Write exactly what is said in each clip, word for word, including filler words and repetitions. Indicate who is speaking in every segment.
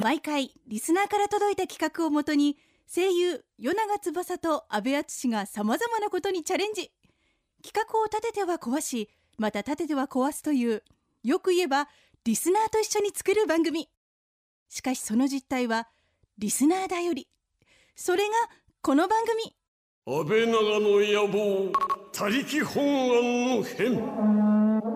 Speaker 1: 毎回リスナーから届いた企画をもとに声優与永翼と阿部淳がさまざまなことにチャレンジ。企画を立てては壊し、また立てては壊すという、よく言えばリスナーと一緒に作る番組。しかしその実態はリスナーだより。それがこの番組、
Speaker 2: 安倍長の野望他力本願の変。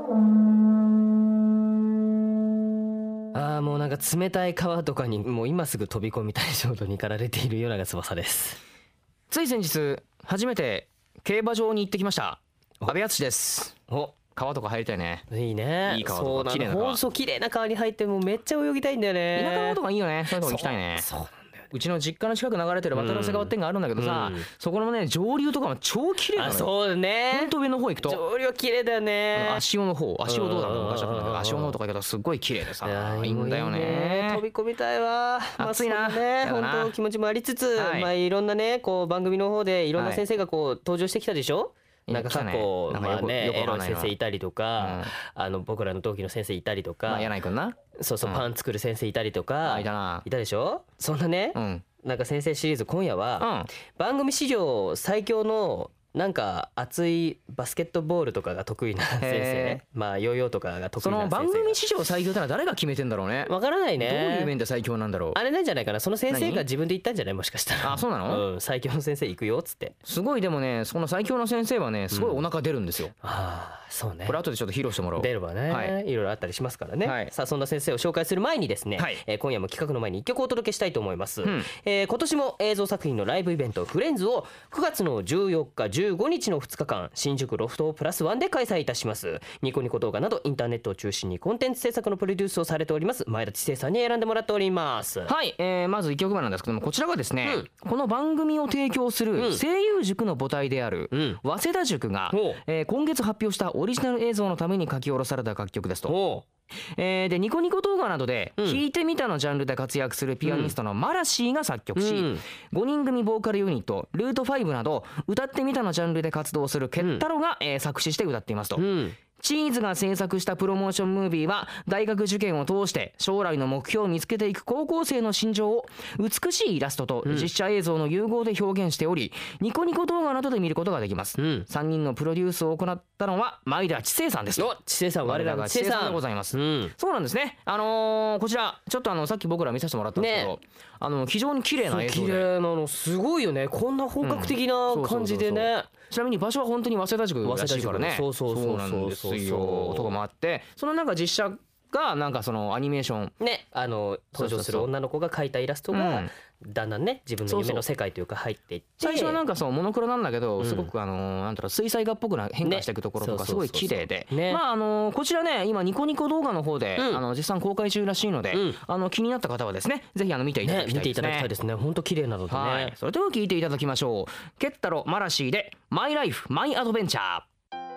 Speaker 3: ああ、もうなんか冷たい川とかにもう今すぐ飛び込みたい衝動に駆られている与永翼です。
Speaker 4: つい先日初めて競馬場に行ってきました。阿部淳です。お、川とか入りたいね。
Speaker 3: いいね。
Speaker 4: いい川とか綺麗な川。
Speaker 3: そう、綺麗な川に入ってもうめっちゃ泳ぎたいんだよね。
Speaker 4: 田舎のとかいいよね。そういうとこ行きたいね。そう。うちの実家の近く流れてる渡良瀬川ってんがあるんだけどさ、うん、そこのね上流とかも超綺麗なのよ。
Speaker 3: あ、そうね。
Speaker 4: ほんと上の方行くと
Speaker 3: 上流綺麗だよね。
Speaker 4: 足尾の方、足尾どうだろう昔だったんだけど、足尾の方とか行くとすっごい綺麗でさ、いいんだよね。
Speaker 3: 飛び込みたいわ。
Speaker 4: 暑いな。
Speaker 3: ね、本当気持ちもありつつ、はい、まあいろんなねこう番組の方でいろんな先生がこう登場してきたでしょ。なんか過去まあねエロい先生いたりとか、あの僕らの同期の先生いたりとか、
Speaker 4: 柳井くんな、
Speaker 3: そうそうパン作る先生いたりとかいたでしょ。そんなねなんか先生シリーズ、今夜は番組史上最強のなんか熱いバスケットボールとかが得意な先生、まあヨーヨーとかが得意な先生。
Speaker 4: その番組史上最強ってのは誰が決めてんだろうね。
Speaker 3: わからないね。
Speaker 4: どういう面で最強なんだろう。
Speaker 3: あれなんじゃないかな、その先生が自分で言ったんじゃない、もしかしたら。
Speaker 4: あ、そうなの。
Speaker 3: うん、最強の先生行くよっつって。
Speaker 4: すごい。でもね、その最強の先生はねすごいお腹出るんですよ。
Speaker 3: ああ、そうね。
Speaker 4: これ後でちょっと披露してもらおう。
Speaker 3: 出ればね、はい、いろいろあったりしますからね。さあそんな先生を紹介する前にですね、え今夜も企画の前にいっきょくお届けしたいと思います。え今年も映像作品のライブイベントフレンズをくがつのじゅうよっかじゅうごにちのふつかかん新宿ロフトプラスワンで開催いたします。ニコニコ動画などインターネットを中心にコンテンツ制作のプロデュースをされております前田知世さんに選んでもらっております。
Speaker 4: はい、えー、まずいっきょくめなんですけども、こちらがですね、うん、この番組を提供する声優塾の母体である、うん、早稲田塾が、えー、今月発表したオリジナル映像のために書き下ろされた楽曲ですと。えー、でニコニコ動画などで弾いてみたのジャンルで活躍するピアニストのマラシーが作曲し、うん、ごにん組ボーカルユニットルートファイブなど歌ってみたのジャンルで活動するケッタロが、うんえー、作詞して歌っていますと。うん、チーズが制作したプロモーションムービーは大学受験を通して将来の目標を見つけていく高校生の心情を美しいイラストと実写映像の融合で表現しており、うん、ニコニコ動画などで見ることができます。うん、さんにんのプロデュースを行ったのは前田知世さんです。
Speaker 3: お、知世さん、我らが知世さん
Speaker 4: でございます。うん、そうなんですね。あのー、こちらちょっとあのさっき僕ら見させてもらったんですけど、ね、あの非常に綺麗な映像で、
Speaker 3: 綺麗なのすごいよね。こんな本格的な感じでね。
Speaker 4: ちなみに場所は本当に早稲田塾らしいからね。
Speaker 3: そうそうそうそう
Speaker 4: なんですよ。とかもあって、そのなんか実写がなんかそのアニメーション
Speaker 3: ね、あの登場する女の子が描いたイラストがだんだんね自分の夢の世界というか入っていって、
Speaker 4: 最初はなんかそうモノクロなんだけど、すごくあのなんだろう水彩画っぽくな変化していくところとかすごい綺麗で、まああのこちらね今ニコニコ動画の方であの実際公開中らしいので、あの気になった方はですねぜひあの見ていただきたいですね。
Speaker 3: 見ていただきたいですね。本当綺麗なのでね。
Speaker 4: それでは聞いていただきましょう。ケッタロマラシーでマイライフマイアドベンチャー。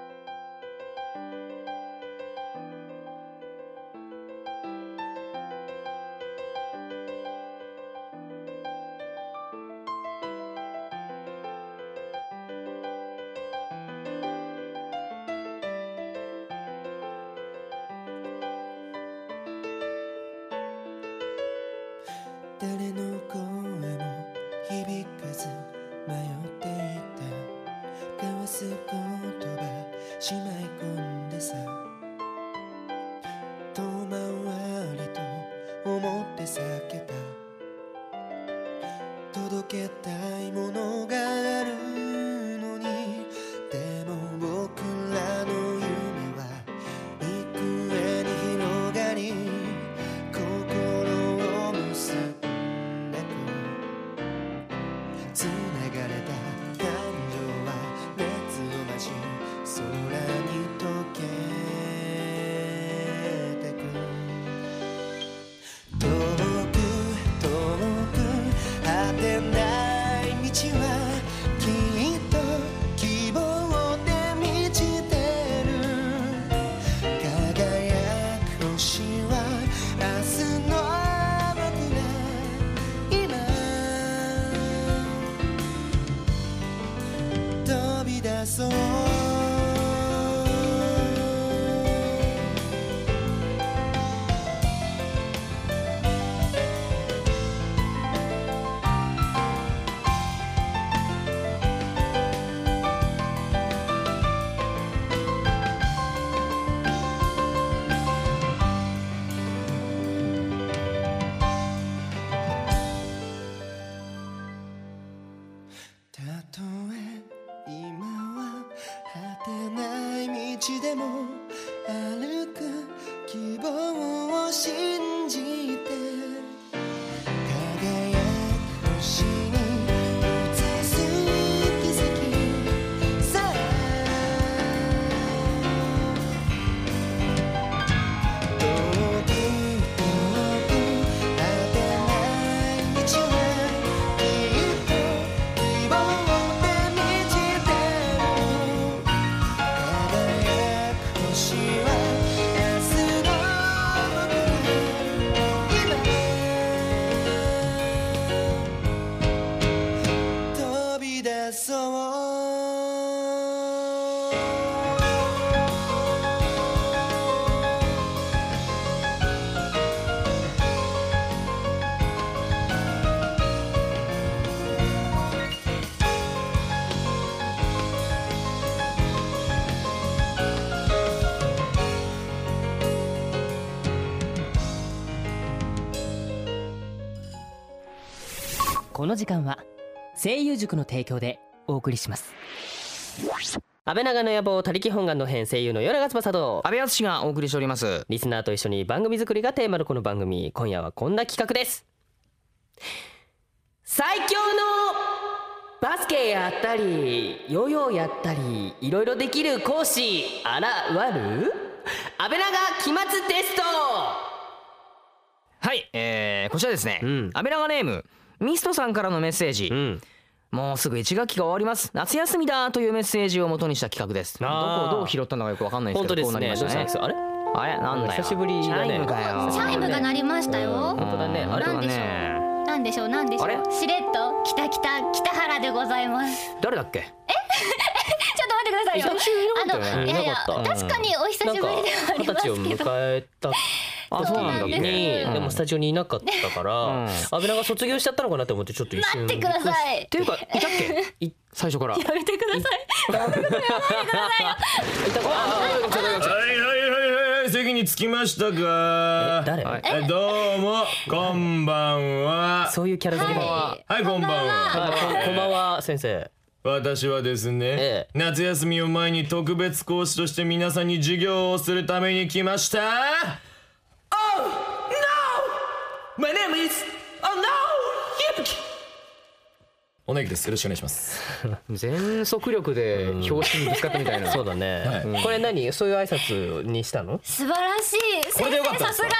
Speaker 5: 誰の声も響かず迷っていた。交わす言葉しまい込んでさ、遠回りと思って避けた。届けたいものがあるのに、でも僕らの夢は幾重に広がり、心を結ぶ繋がれた感情は熱を増し空に溶けてく。遠く遠く果てない道はきっと希望で満ちてる。輝く星は明日の僕ら飛び出そう。 でも歩く希望を信じて輝く星に映す奇跡さあ遠く遠く果てない道はきっと希望で満ちてる輝く星は明日の僕今飛び出そう
Speaker 3: この時間は声優塾の提供でお送りします。安倍長の野望他力本願の編、声優の与永翼と
Speaker 4: 安倍敦がお送りしております。
Speaker 3: リスナーと一緒に番組作りがテーマのこの番組、今夜はこんな企画です。最強のバスケやったりヨーヨーやったりいろいろできる講師現る安倍長期末テスト。
Speaker 4: はい、えー、こちらですね、
Speaker 3: うん、
Speaker 4: 安倍長ネームミストさんからのメッセージ、うん、もうすぐいち学期が終わります、夏休みだというメッセージを元にした企画です。どこをどう拾ったのかよくわかんないんですけど、
Speaker 3: 本当ですね。
Speaker 4: こうなりましたね。
Speaker 3: あれ
Speaker 4: あれなんだよ、
Speaker 3: 久しぶりだね。
Speaker 4: チャイムかよ。
Speaker 6: チャイムが鳴りましたよ。
Speaker 3: 本当だね。あれ
Speaker 6: なんでしょうなんでしょうなんでしょうしれっと北北北原でございます。
Speaker 4: 誰だっけ？
Speaker 6: えちょっと待ってくださいよ。あのいやいや確かにお久しぶりではありますけど、
Speaker 3: 二十歳を迎えた
Speaker 4: あ、そうなんだっけ。
Speaker 3: でもスタジオにいなかったから、安倍長卒業しちゃったのかなって思ってちょっと一瞬。
Speaker 6: 待ってください。
Speaker 4: っていうかいたっけ？最初から。
Speaker 6: やめてください。やめてください。
Speaker 2: はいはいはいはい、席に着きましたか。
Speaker 3: 誰？
Speaker 2: えどうもこんばんは。
Speaker 3: そういうキャラ付け
Speaker 2: は。はいこんばんは。
Speaker 3: こんばんは先生。
Speaker 2: 私はですね、
Speaker 3: ええ、
Speaker 2: 夏休みを前に特別講師として皆さんに授業をするために来ました。Oh no! My name is Oh no! おねぎです。よろしくお願いします。
Speaker 4: 全速力で表紙にぶつかったみたいな。
Speaker 3: そうだね、はい、これ何そういう挨拶にしたの？
Speaker 6: 素晴らしい。
Speaker 2: これでよかった
Speaker 6: さすがです。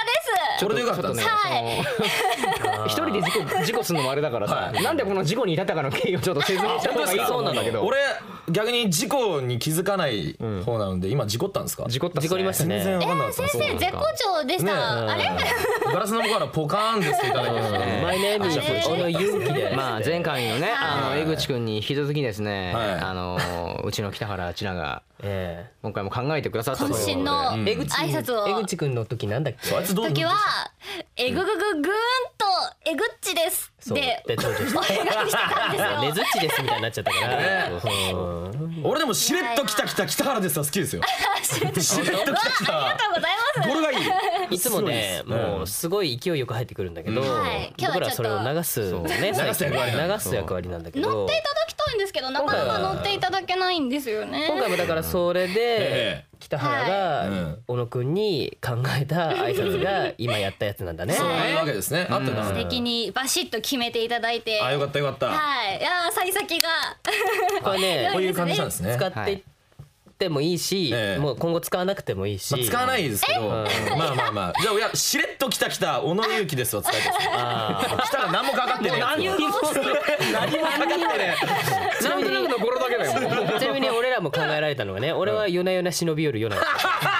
Speaker 2: これでよかったですね。
Speaker 6: はい。
Speaker 4: 一人で事故事故するのもあれだからさ、はい、なんでこの事故に至ったかの経緯をちょっと説明した方がいいそうなんだけど。
Speaker 2: 俺逆に事故に気づかない方なので、今事故ったんですか？
Speaker 4: 事故ったっすね。
Speaker 3: 事故りましたね。
Speaker 2: 全然わかんなかった。
Speaker 6: 先生絶好調でした。あれ？
Speaker 2: ガラスの向こうからポカーンですっていただきましたね。
Speaker 3: マイネーム小野勇気で。
Speaker 4: まあ前回のね、あの江口くんに引き続きですね、あのうちの北原千奈が今回も考えてくださったということで、
Speaker 6: 渾身の
Speaker 3: 江口
Speaker 6: 挨拶を。
Speaker 3: 江口くんの時なんだっけ？
Speaker 2: あいつどう？
Speaker 6: 時はえぐぐぐぐーんとえぐっちですでお願いしてたんですよ。
Speaker 3: ねずっちですみたいになっちゃったから。
Speaker 2: 俺でもしれっと来た来た北原ですは好きですよ。
Speaker 6: しれっと来た。
Speaker 2: しれっと来た来た。
Speaker 6: ありがとうございます。
Speaker 2: これがいい。
Speaker 3: いつもねもうすごい勢いよく入ってくるんだけど、僕らはそれを流すね、流す役割流す役割なんだけど。
Speaker 6: 乗っていただきたいんですけど、なかなか乗っていただけないんですよね。
Speaker 3: 今回もだからそれで北原が小野くんに考えた挨拶が今やったやつなんだね。
Speaker 2: そういうわけですね。あったな。
Speaker 6: 素敵にバシッと決めていただいて。
Speaker 2: あ、よかったよかった。
Speaker 6: はい。いや幸先が
Speaker 3: これね
Speaker 2: こういう感じなんですね。
Speaker 3: 使っていってもいいし、もう今後使わなくてもいいし。
Speaker 2: 使わないですけど、まあまあまあ。じゃあいやしれっと来た来た小野勇気ですを使います。来たら何もかかってない。
Speaker 4: 何もかかってない。なんとなくの語呂だけだよ。
Speaker 3: ちなみに俺らも考えられたのがね、俺は夜な夜な忍び寄る夜な。で、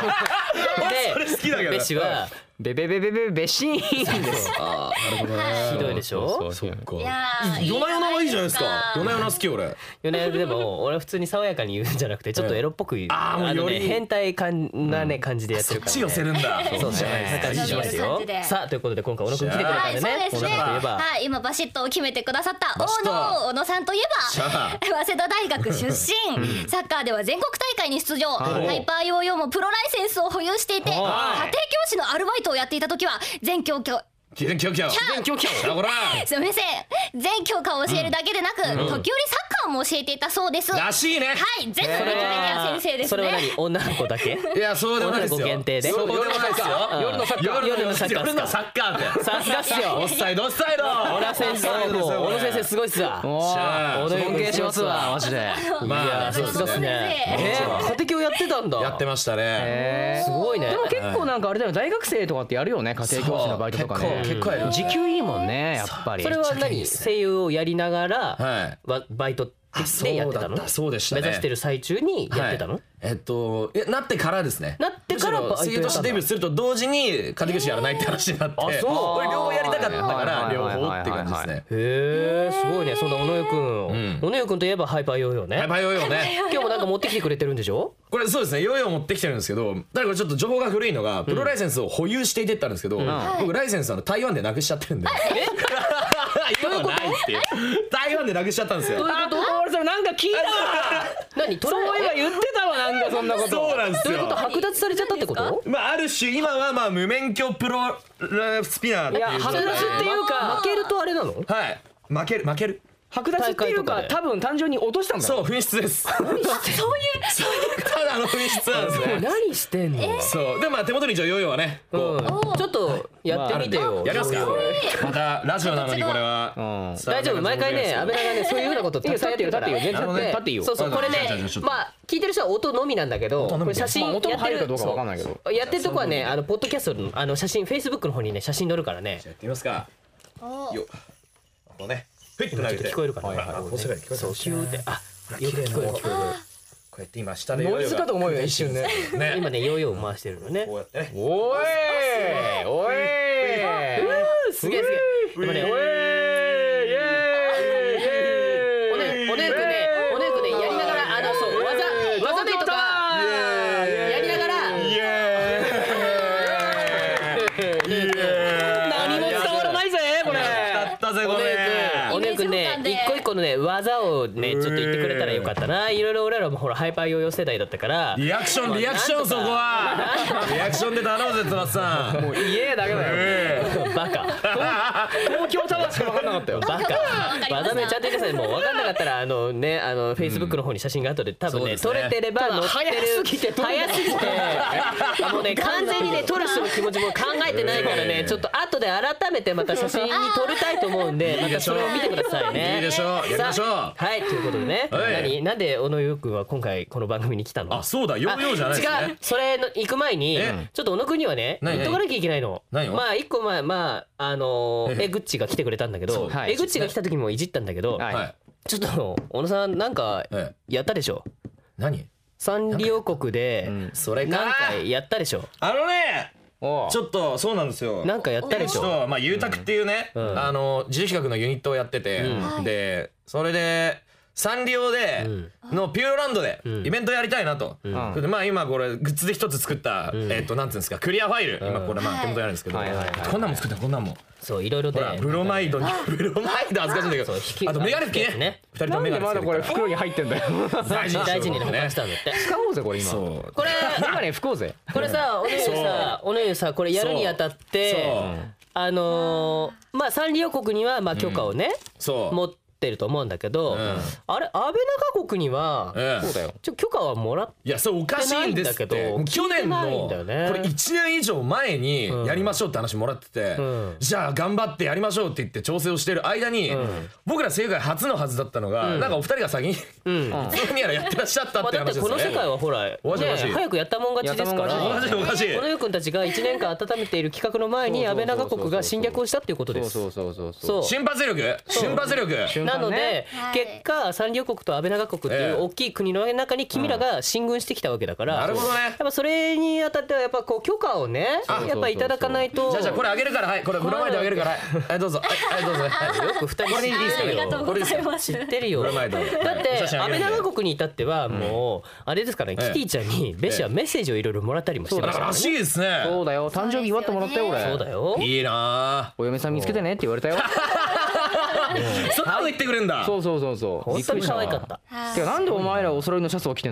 Speaker 3: ベシは
Speaker 4: ベベベベベベシーンです。
Speaker 2: ああ、なるほどね。
Speaker 3: ひどいでしょ。
Speaker 2: そっか。
Speaker 6: いや
Speaker 2: 夜な夜なはいいじゃないですか。夜な夜な好き俺。
Speaker 3: 夜な夜なでも俺は普通に爽やかに言うんじゃなくてちょっとエロっぽく言う。あのね変態感なね感じでやってるから。
Speaker 2: そっち寄せるんだ。
Speaker 3: そうじゃないですか。感じしますよ。さあということで今回小野くん来てくれたんでね。
Speaker 6: そうですね。はい、今バシッと決めてくださった大野小野さんといえば早稲田大学出身、サッカーでは全国大会に出場、ハイパーヨーヨーもプロライセンスを保有していて、家庭教師のアルバイトをやっていた時は全教科
Speaker 2: 全教科全教科
Speaker 6: すみません全教科を教えるだけでなく、時折サッカ案も教えていたそうです。
Speaker 2: らしいね。
Speaker 6: はい、全部ウィキペディア先生ですね。
Speaker 3: それは何、女の子だけ？
Speaker 2: いや、そうでもないですよ。
Speaker 3: 女の子限定で。
Speaker 2: そうでもないですよ。
Speaker 3: 夜のサッカー、夜のサッカー、
Speaker 2: 夜のサッカーって。
Speaker 3: さすがっすよ。
Speaker 2: オフサイドオフサイド。
Speaker 3: 小野先生、小野先生すごいっすわ。
Speaker 4: お尊敬しますわマジで。
Speaker 2: まあ、
Speaker 3: さすがっすね。え、家庭教やってたんだ。
Speaker 2: やってましたね。
Speaker 3: すごいね。
Speaker 4: でも結構なんかあれだよ、大学生とかってやるよね、家庭教師のバイトとかね。
Speaker 2: 結構やる。
Speaker 4: 時給いいもんね、やっぱり。
Speaker 3: それは何、声優をやりながらバイトでやってたの？
Speaker 2: そうでしたね。
Speaker 3: 目指してる最中にやってたの？
Speaker 2: えっといや、なってからですね。
Speaker 3: なってからバイトやったんだ。
Speaker 2: 声優としてデビューすると同時に家庭教師やらないって話になって、俺両方やりたかったから両方って感じですね。
Speaker 3: へえ、すごいね。そんな小野湯くん、小野湯くんといえばハイパーヨーヨーね。
Speaker 2: ハイパーヨーヨーね。
Speaker 3: 今日もなんか持ってきてくれてるんでしょ？
Speaker 2: これそうですね、ヨーヨー持ってきてるんですけど、だからこれちょっと情報が古いのが、プロライセンスを保有していてってあるんですけど、僕ライセンスあの台湾でなくしちゃってるんで。え？今はないっていう。台湾でなくしちゃったんですよ。
Speaker 4: どういうこと？俺それなんか聞いたわ。
Speaker 3: 何？
Speaker 4: そういえば言ってたわ、なんかそんなこと。
Speaker 2: そうなんですよ。
Speaker 3: どういうこと？剥奪されちゃったってこと？
Speaker 2: まあある種今はまあ無免許プロスピナーっていう。
Speaker 4: いや、剥奪っていうか
Speaker 3: 負けるとあれなの？
Speaker 2: はい。負ける負ける。
Speaker 4: 剥奪っていうか多分単純に落としたんだよ。
Speaker 2: そう、紛失です。
Speaker 6: そういう
Speaker 2: ただの紛失なんですね。
Speaker 3: 何してんの？
Speaker 2: そうでもまあ手元に一応ヨーヨーはね、
Speaker 3: ちょっとやってみてよ。
Speaker 2: やりますか。またラジオなのにこれは
Speaker 3: 大丈夫。毎回ね、安倍長ね、そういうふうなことたくさんやってるから。
Speaker 4: 立ってよ、立っていいよ。
Speaker 3: そうそう、これね、まあ聞いてる人は音のみなんだけど、これ写真
Speaker 4: 音入るかどうかわかんないけど、
Speaker 3: やってるとこはね、あのポッドキャストのあの写真、フェイスブックの方にね写真載るからね。
Speaker 2: やってみますか。よ、このね。
Speaker 3: 聞こえるかな。そうヒューって、あ、よく聞こえる。こ
Speaker 2: うやって今下で
Speaker 4: ノイズかと思うよ一瞬ね。
Speaker 3: 今ねヨーヨー回してるのね。
Speaker 2: こうやってね。
Speaker 4: おいおい。
Speaker 3: すげえすげえ。今ね。おねおねくんねおねくんねやりながら、あのそう技技でとかやりながら。
Speaker 4: 何も伝わらないぜこれ。
Speaker 2: やったぜこれ。
Speaker 3: おねくんね、一個一個のね技をねちょっと言ってくれたらよかったな。いろいろ俺らもほらハイパーヨーヨー世代だったから。
Speaker 2: リアクションリアクション、そこはリアクションで頼むぜつばさん。
Speaker 4: もう家だけだよ。
Speaker 3: バカ。
Speaker 4: 東京タワーしか分かんなかったよ。
Speaker 3: バカ。技名ちゃんと言ってください。もう分かんなかったらあのね、あのフェイスブックの方に写真が後で多分ね撮れてれば載ってる。
Speaker 4: 早すぎて
Speaker 3: 早すぎてもうね完全にね撮る人の気持ちも考えてないからね、ちょっと後で改めてまた写真に撮りたいと思うんで、またそれを見てくださいね。
Speaker 2: いいでしょう、やりましょう。
Speaker 3: はい、ということでね、何なんで小野優くんは今回この番組に来たの？
Speaker 2: あ、そうだ、ヨーヨーじゃないですね。
Speaker 3: 違う、それの行く前にちょっと小野くんにはね言っとかなきゃいけないの。まあ一個前、まああのエグッチが来てくれたんだけど、エグッチが来た時もいじったんだけど、ちょっと小野さんなんかやったでしょ？
Speaker 2: 何？
Speaker 3: サンリオ国で
Speaker 2: それか
Speaker 3: なんかやったでしょ？
Speaker 2: あのね、ちょっとそうなんですよ。
Speaker 3: なんかやったでしょ？
Speaker 2: まあゆうたくっていうね、あの自主企画のユニットをやってて、でそれでサンリオでのピューロランドでイベントやりたいなと。でまあ今これグッズで一つ作ったえっとなんていうんですか、クリアファイル、今これまあ手元にあるんですけど、こんなんも作った、こんなんも。
Speaker 3: そういろいろで
Speaker 2: ブロマイドにブロマイド恥ずかしいんだけど、あとメガネ拭きね。二人ともメガネ拭き。
Speaker 4: まだこれ袋に入ってんだよ。
Speaker 3: 大事大事に保管したんだって。
Speaker 4: 使おうぜこれ今。
Speaker 3: これ
Speaker 4: メガネ拭こうぜ。
Speaker 3: これさ、おねゆさおねゆさこれやるにあたってあのまあサンリオ国にはまあ許可をね持ってると思うんだけど、あれ安倍長国にはそうだよ、ちょ許可はもらって
Speaker 2: いやそれおかしいんですけど、去年のこれいちねん以上前にやりましょうって話もらってて、じゃあ頑張ってやりましょうって言って調整をしてる間に、僕ら世界初のはずだったのがなんかお二人が先にいつのにやらやってらっしゃったって話ですよね。
Speaker 3: この世界はほら早くやったもん勝ちですから、
Speaker 2: おかしいおかしい。
Speaker 3: 小野優くんたちがいちねんかん温めている企画の前に安倍長国が侵略をしたっていうことです。
Speaker 4: そうそうそうそう。
Speaker 2: 瞬発力瞬発力
Speaker 3: なので結果サンリオ国と安倍長国っていう大きい国の中に君らが進軍してきたわけだから、
Speaker 2: なるほどね。
Speaker 3: やっぱそれにあたってはやっぱこう許可をねやっぱいただかないと。
Speaker 2: じゃあじゃあこれあげるから、はい、これブロマイドあげるから、はいどうぞ、はいどうぞ。よ
Speaker 3: く二人
Speaker 2: これいいですか？
Speaker 6: ありがとうございます。
Speaker 3: 知ってるよ。
Speaker 2: ブロマイド
Speaker 3: だって安倍長国に至ってはもうあれですからね、キティちゃんにベシはメッセージをいろいろもらったりもしてましたからね。
Speaker 2: らしいですね。
Speaker 4: そうだよ、誕生日祝ってもらったよ俺。
Speaker 3: そうだよ。
Speaker 2: いいな。
Speaker 4: お嫁さん見つけてねって言われたよ。
Speaker 2: そんなこと言ってくれんだ。
Speaker 4: そうそうそうそう。
Speaker 3: 本当に可愛かった。
Speaker 4: てかなんでお前らお揃いのシャツを着てんだよ。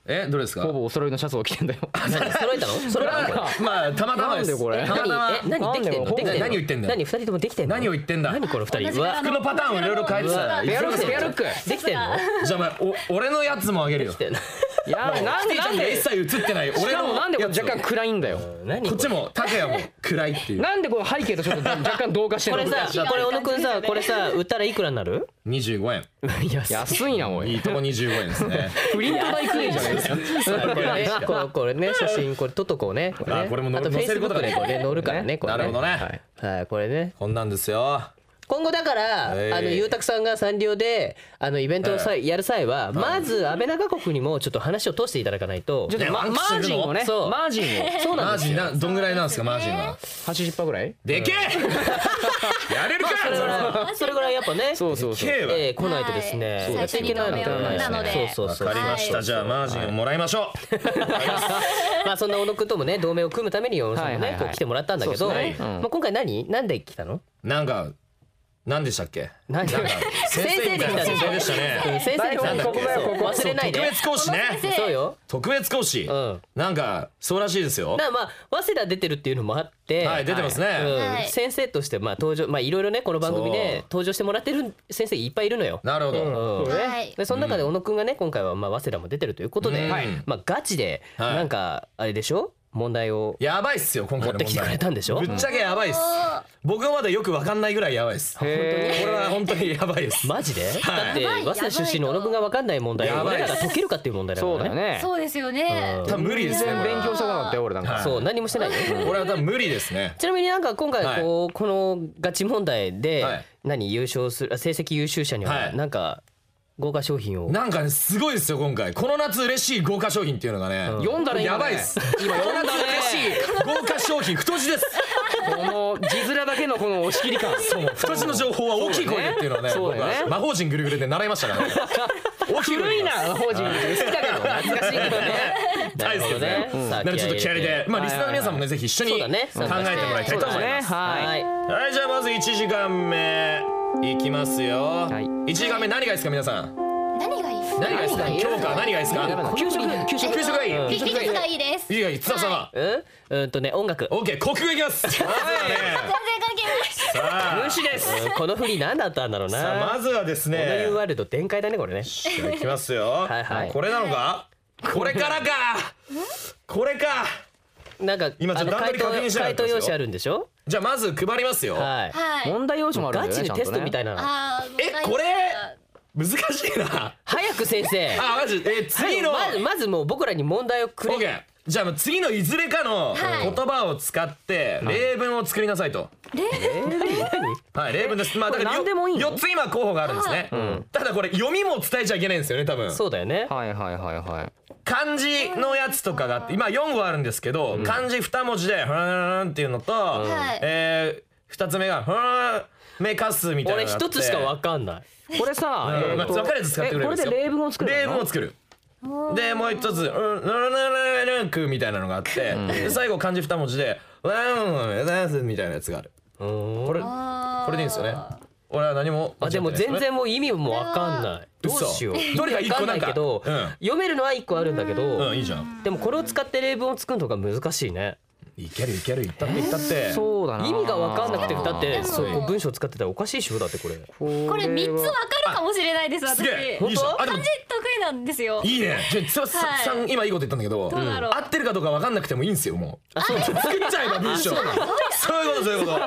Speaker 2: えどれですか？
Speaker 4: ほぼお揃いのシャツを着てんだよ。
Speaker 3: 何揃えたの？揃えたの？
Speaker 2: まあたまたまです。
Speaker 4: これ
Speaker 2: たまたま。
Speaker 3: え何できてんの？できてんの？
Speaker 2: 何言ってんだよ。
Speaker 3: 何二人ともできてんの？
Speaker 2: 何を言ってんだ。
Speaker 3: 何この二人。うわ
Speaker 2: 服のパターンをいろいろ変えてた。
Speaker 4: ペアルックペアルック
Speaker 3: できてんの？
Speaker 2: じゃあお前お俺のやつもあげるよ。
Speaker 4: いやなんでなんで
Speaker 2: 一切映ってない
Speaker 4: しかも
Speaker 2: 俺の
Speaker 4: なんでこれ若干暗いんだよ。
Speaker 3: 何
Speaker 2: こっちも拓也も暗いっていう。
Speaker 4: なんでこの背景とちょっと若干同化して
Speaker 3: こ
Speaker 4: るの？
Speaker 3: れさこれ小野くんさこれさ売ったらいくらになる？
Speaker 2: にじゅうごえん。
Speaker 4: 安いなおい。
Speaker 2: いいとこにじゅうごえんですね。
Speaker 4: プリント代くれんじゃないですか。
Speaker 3: これねこれこれね写真これ撮っとこうね。
Speaker 2: あこれも載
Speaker 3: あとフェイスブックでこれ載るからね。
Speaker 2: なるほどね。
Speaker 3: はいこれね。
Speaker 2: こんなんですよ。
Speaker 3: 今後だからあ
Speaker 2: えー
Speaker 3: のゆうたくさんがサンリオであのイベントをさやる際はまず安倍長国にもちょっと話を通していただかないと。
Speaker 4: ちょっとマ
Speaker 2: ね
Speaker 4: マージンをね
Speaker 3: そう
Speaker 4: マージンを
Speaker 3: そう
Speaker 2: マージン
Speaker 3: なんですよ。
Speaker 2: などんぐらいなんですかマージンは。
Speaker 4: はちじゅっパーセントぐらい？
Speaker 2: でけえ。やれるか。
Speaker 3: それぐらいそれぐらいやっぱね。
Speaker 4: そうそうそう。
Speaker 2: でけえわ。
Speaker 3: えー来ないとですね。やっていけないので。
Speaker 6: 最初に同盟を組んだので
Speaker 3: そうそうそう。
Speaker 2: わかりました。じゃあマージンをもらいましょう。
Speaker 3: まあそんな小野くんともね同盟を組むために小野さんも
Speaker 4: はいはいはい
Speaker 3: ねこう来てもらったんだけど、
Speaker 4: そうですねうん
Speaker 3: まあ今回何なんで来たの？
Speaker 2: なんか何でしたっけ？
Speaker 3: 何？
Speaker 2: なんか先生みたいな先生でしたね。
Speaker 3: 先生
Speaker 2: なんだっけ
Speaker 3: ここだよここ忘れないで。
Speaker 2: 特別講師ね。
Speaker 3: そうよ。
Speaker 2: 特別講師。
Speaker 3: うん
Speaker 2: なんかそうらしいですよ。
Speaker 3: なまあ早稲田出てるっていうのもあって、
Speaker 2: はい出てますね。
Speaker 3: うん先生としてまあ登場まあいろいろねこの番組で
Speaker 2: そう
Speaker 3: 登場してもらってる先生いっぱいいるのよ。
Speaker 2: なるほど。
Speaker 3: うん
Speaker 6: はい
Speaker 3: でその中で小野くんがね今回はまあ早稲田も出てるということで、
Speaker 2: うん
Speaker 3: まあガチで
Speaker 2: はい
Speaker 3: なんかあれでしょ問題を
Speaker 2: やばいっすよ今回の問題。
Speaker 3: 持ってきてくれたんでしょ
Speaker 2: ぶっちゃけやばいっす。僕はまだよくわかんないぐらいやばいっす。これは本当にやばいです。
Speaker 3: マジで？だ
Speaker 2: はい
Speaker 3: って早稲田出身の小野くんが分かんない問題を
Speaker 2: やばい
Speaker 3: 俺らが解けるかっていう問題だからね。
Speaker 4: そうだよね。
Speaker 6: そうですよね。
Speaker 2: 多分無理ですね。
Speaker 4: 全然勉強したことなって俺なんか。
Speaker 3: そう何もしてないよ。
Speaker 2: 俺は多分無理ですね。
Speaker 3: ちなみになんか今回こうこのガチ問題で
Speaker 2: はい
Speaker 3: 何優勝するあ成績優秀者に
Speaker 2: は
Speaker 3: はいなんか豪華商品を
Speaker 2: なんかねすごいですよ今回。この夏嬉しい豪華商品っていうのがね。
Speaker 4: 読んだら
Speaker 2: やばいっす。今この夏嬉しい豪華商品太字です。
Speaker 4: この字面だけのこの押し切り感。
Speaker 2: 太字の情報は大きい声でっていうのはね。
Speaker 4: そうだよね
Speaker 2: 僕は魔法陣ぐるぐるで習いましたからね。大きい声で
Speaker 4: 古いな法人好きだけど懐かしいけどね。
Speaker 2: 大好きですね。
Speaker 3: うん
Speaker 2: なのでちょっと気合い入れて、まあリスナーの皆さんもねぜひ一緒に考え
Speaker 3: そうだね
Speaker 2: てもらいたいと思い
Speaker 4: ね
Speaker 2: ます。
Speaker 4: はい。
Speaker 3: はい
Speaker 2: はいじゃあまずいちじかんめいきますよ。
Speaker 4: はい
Speaker 2: いちじかんめ何がいいですか皆さん。
Speaker 6: 何がいい？
Speaker 2: 何がいいですか。
Speaker 3: 何がいい
Speaker 2: 今日から何がいいですか。
Speaker 4: 給食給食
Speaker 2: 給食がいい。
Speaker 3: うん
Speaker 6: ピクニックがいいです。
Speaker 2: いいがいい。津田さんは。
Speaker 3: うんうんとね音楽
Speaker 2: オッケー国語いきます。まずはね。
Speaker 6: 全然関係ない。
Speaker 2: さあ
Speaker 4: 無視です。
Speaker 3: うんこの振り何だったんだろう
Speaker 2: さあ
Speaker 3: な。
Speaker 2: まずはです
Speaker 3: この ユー
Speaker 2: ね。
Speaker 3: ワールド展開だねこれね。
Speaker 2: じゃあいきますよ。
Speaker 3: はいはい
Speaker 2: これなのか。これからか。これか。
Speaker 3: なんか
Speaker 2: 今ちょっと
Speaker 3: あの
Speaker 2: 段取り確認してなか
Speaker 3: 回
Speaker 2: ったですよ
Speaker 3: 答用紙あるんでしょ。
Speaker 2: じゃあまず配りますよ。
Speaker 3: はい。
Speaker 6: はい。
Speaker 4: 問題用紙もあるんだよね。
Speaker 3: ガチでテストみたい
Speaker 4: な。
Speaker 3: な。
Speaker 6: あー
Speaker 2: えこれ難しいな。
Speaker 3: 早く先生。
Speaker 2: あマジえ次の。
Speaker 3: まずまずもう僕らに問題をくれ。
Speaker 2: オッケー。じゃあ次のいずれかの
Speaker 6: はい
Speaker 2: 言葉を使って例文を作りなさいと。はい例文です。まあだから
Speaker 4: これ何でもいいの
Speaker 2: よっつ今候補があるんですね。ただこれ読みも伝えちゃいけないんですよね多分。
Speaker 3: そうだよね。
Speaker 4: はいはいはいはい。
Speaker 2: 漢字のやつとかがあって今よんごあるんですけど漢字に文字でふーんっていうのと
Speaker 6: はい
Speaker 2: えーふたつめがふーんめかすみたいな
Speaker 3: 俺
Speaker 2: のがあって。
Speaker 3: 一つしかわかんない。
Speaker 4: これさ、
Speaker 2: うんまあ
Speaker 4: えーと
Speaker 2: 分かるやつ使ってくれるんですよ。
Speaker 4: えこれで例文を作るの？
Speaker 2: 例文を作る。でもう一つ「うんぬるぬるぬく」みたいなのがあってで最後漢字二文字で「ワンみたいなやつがある。これこれでいいんですよね。俺は何も
Speaker 3: あでも全然もう意味もわかんない。どうしよう。
Speaker 2: どれか一個なんか
Speaker 3: わんないけど
Speaker 2: うん
Speaker 3: 読めるのは一個あるんだけ
Speaker 2: う
Speaker 3: ど
Speaker 2: んいいじゃん。
Speaker 3: でもこれを使って例文を作るのが難しいね。
Speaker 2: いけるいけるいったっていったって。
Speaker 4: そうだな。
Speaker 3: 意味がわかんなくてだって
Speaker 6: でも
Speaker 3: そうこう文章使ってたらおかしいでしょだってこれ。
Speaker 6: これ三つわかるかもしれないです私。
Speaker 2: すげえいいじゃん。あでも
Speaker 6: 漢字得意なんですよ。
Speaker 2: いいね。じゃあつば
Speaker 6: はい
Speaker 2: さん今いいこと言ったんだけど
Speaker 6: どうだろう
Speaker 2: 合ってるかどうか分かんなくてもいいんですよもう。作っちゃえば文章。そういうことそういうこと。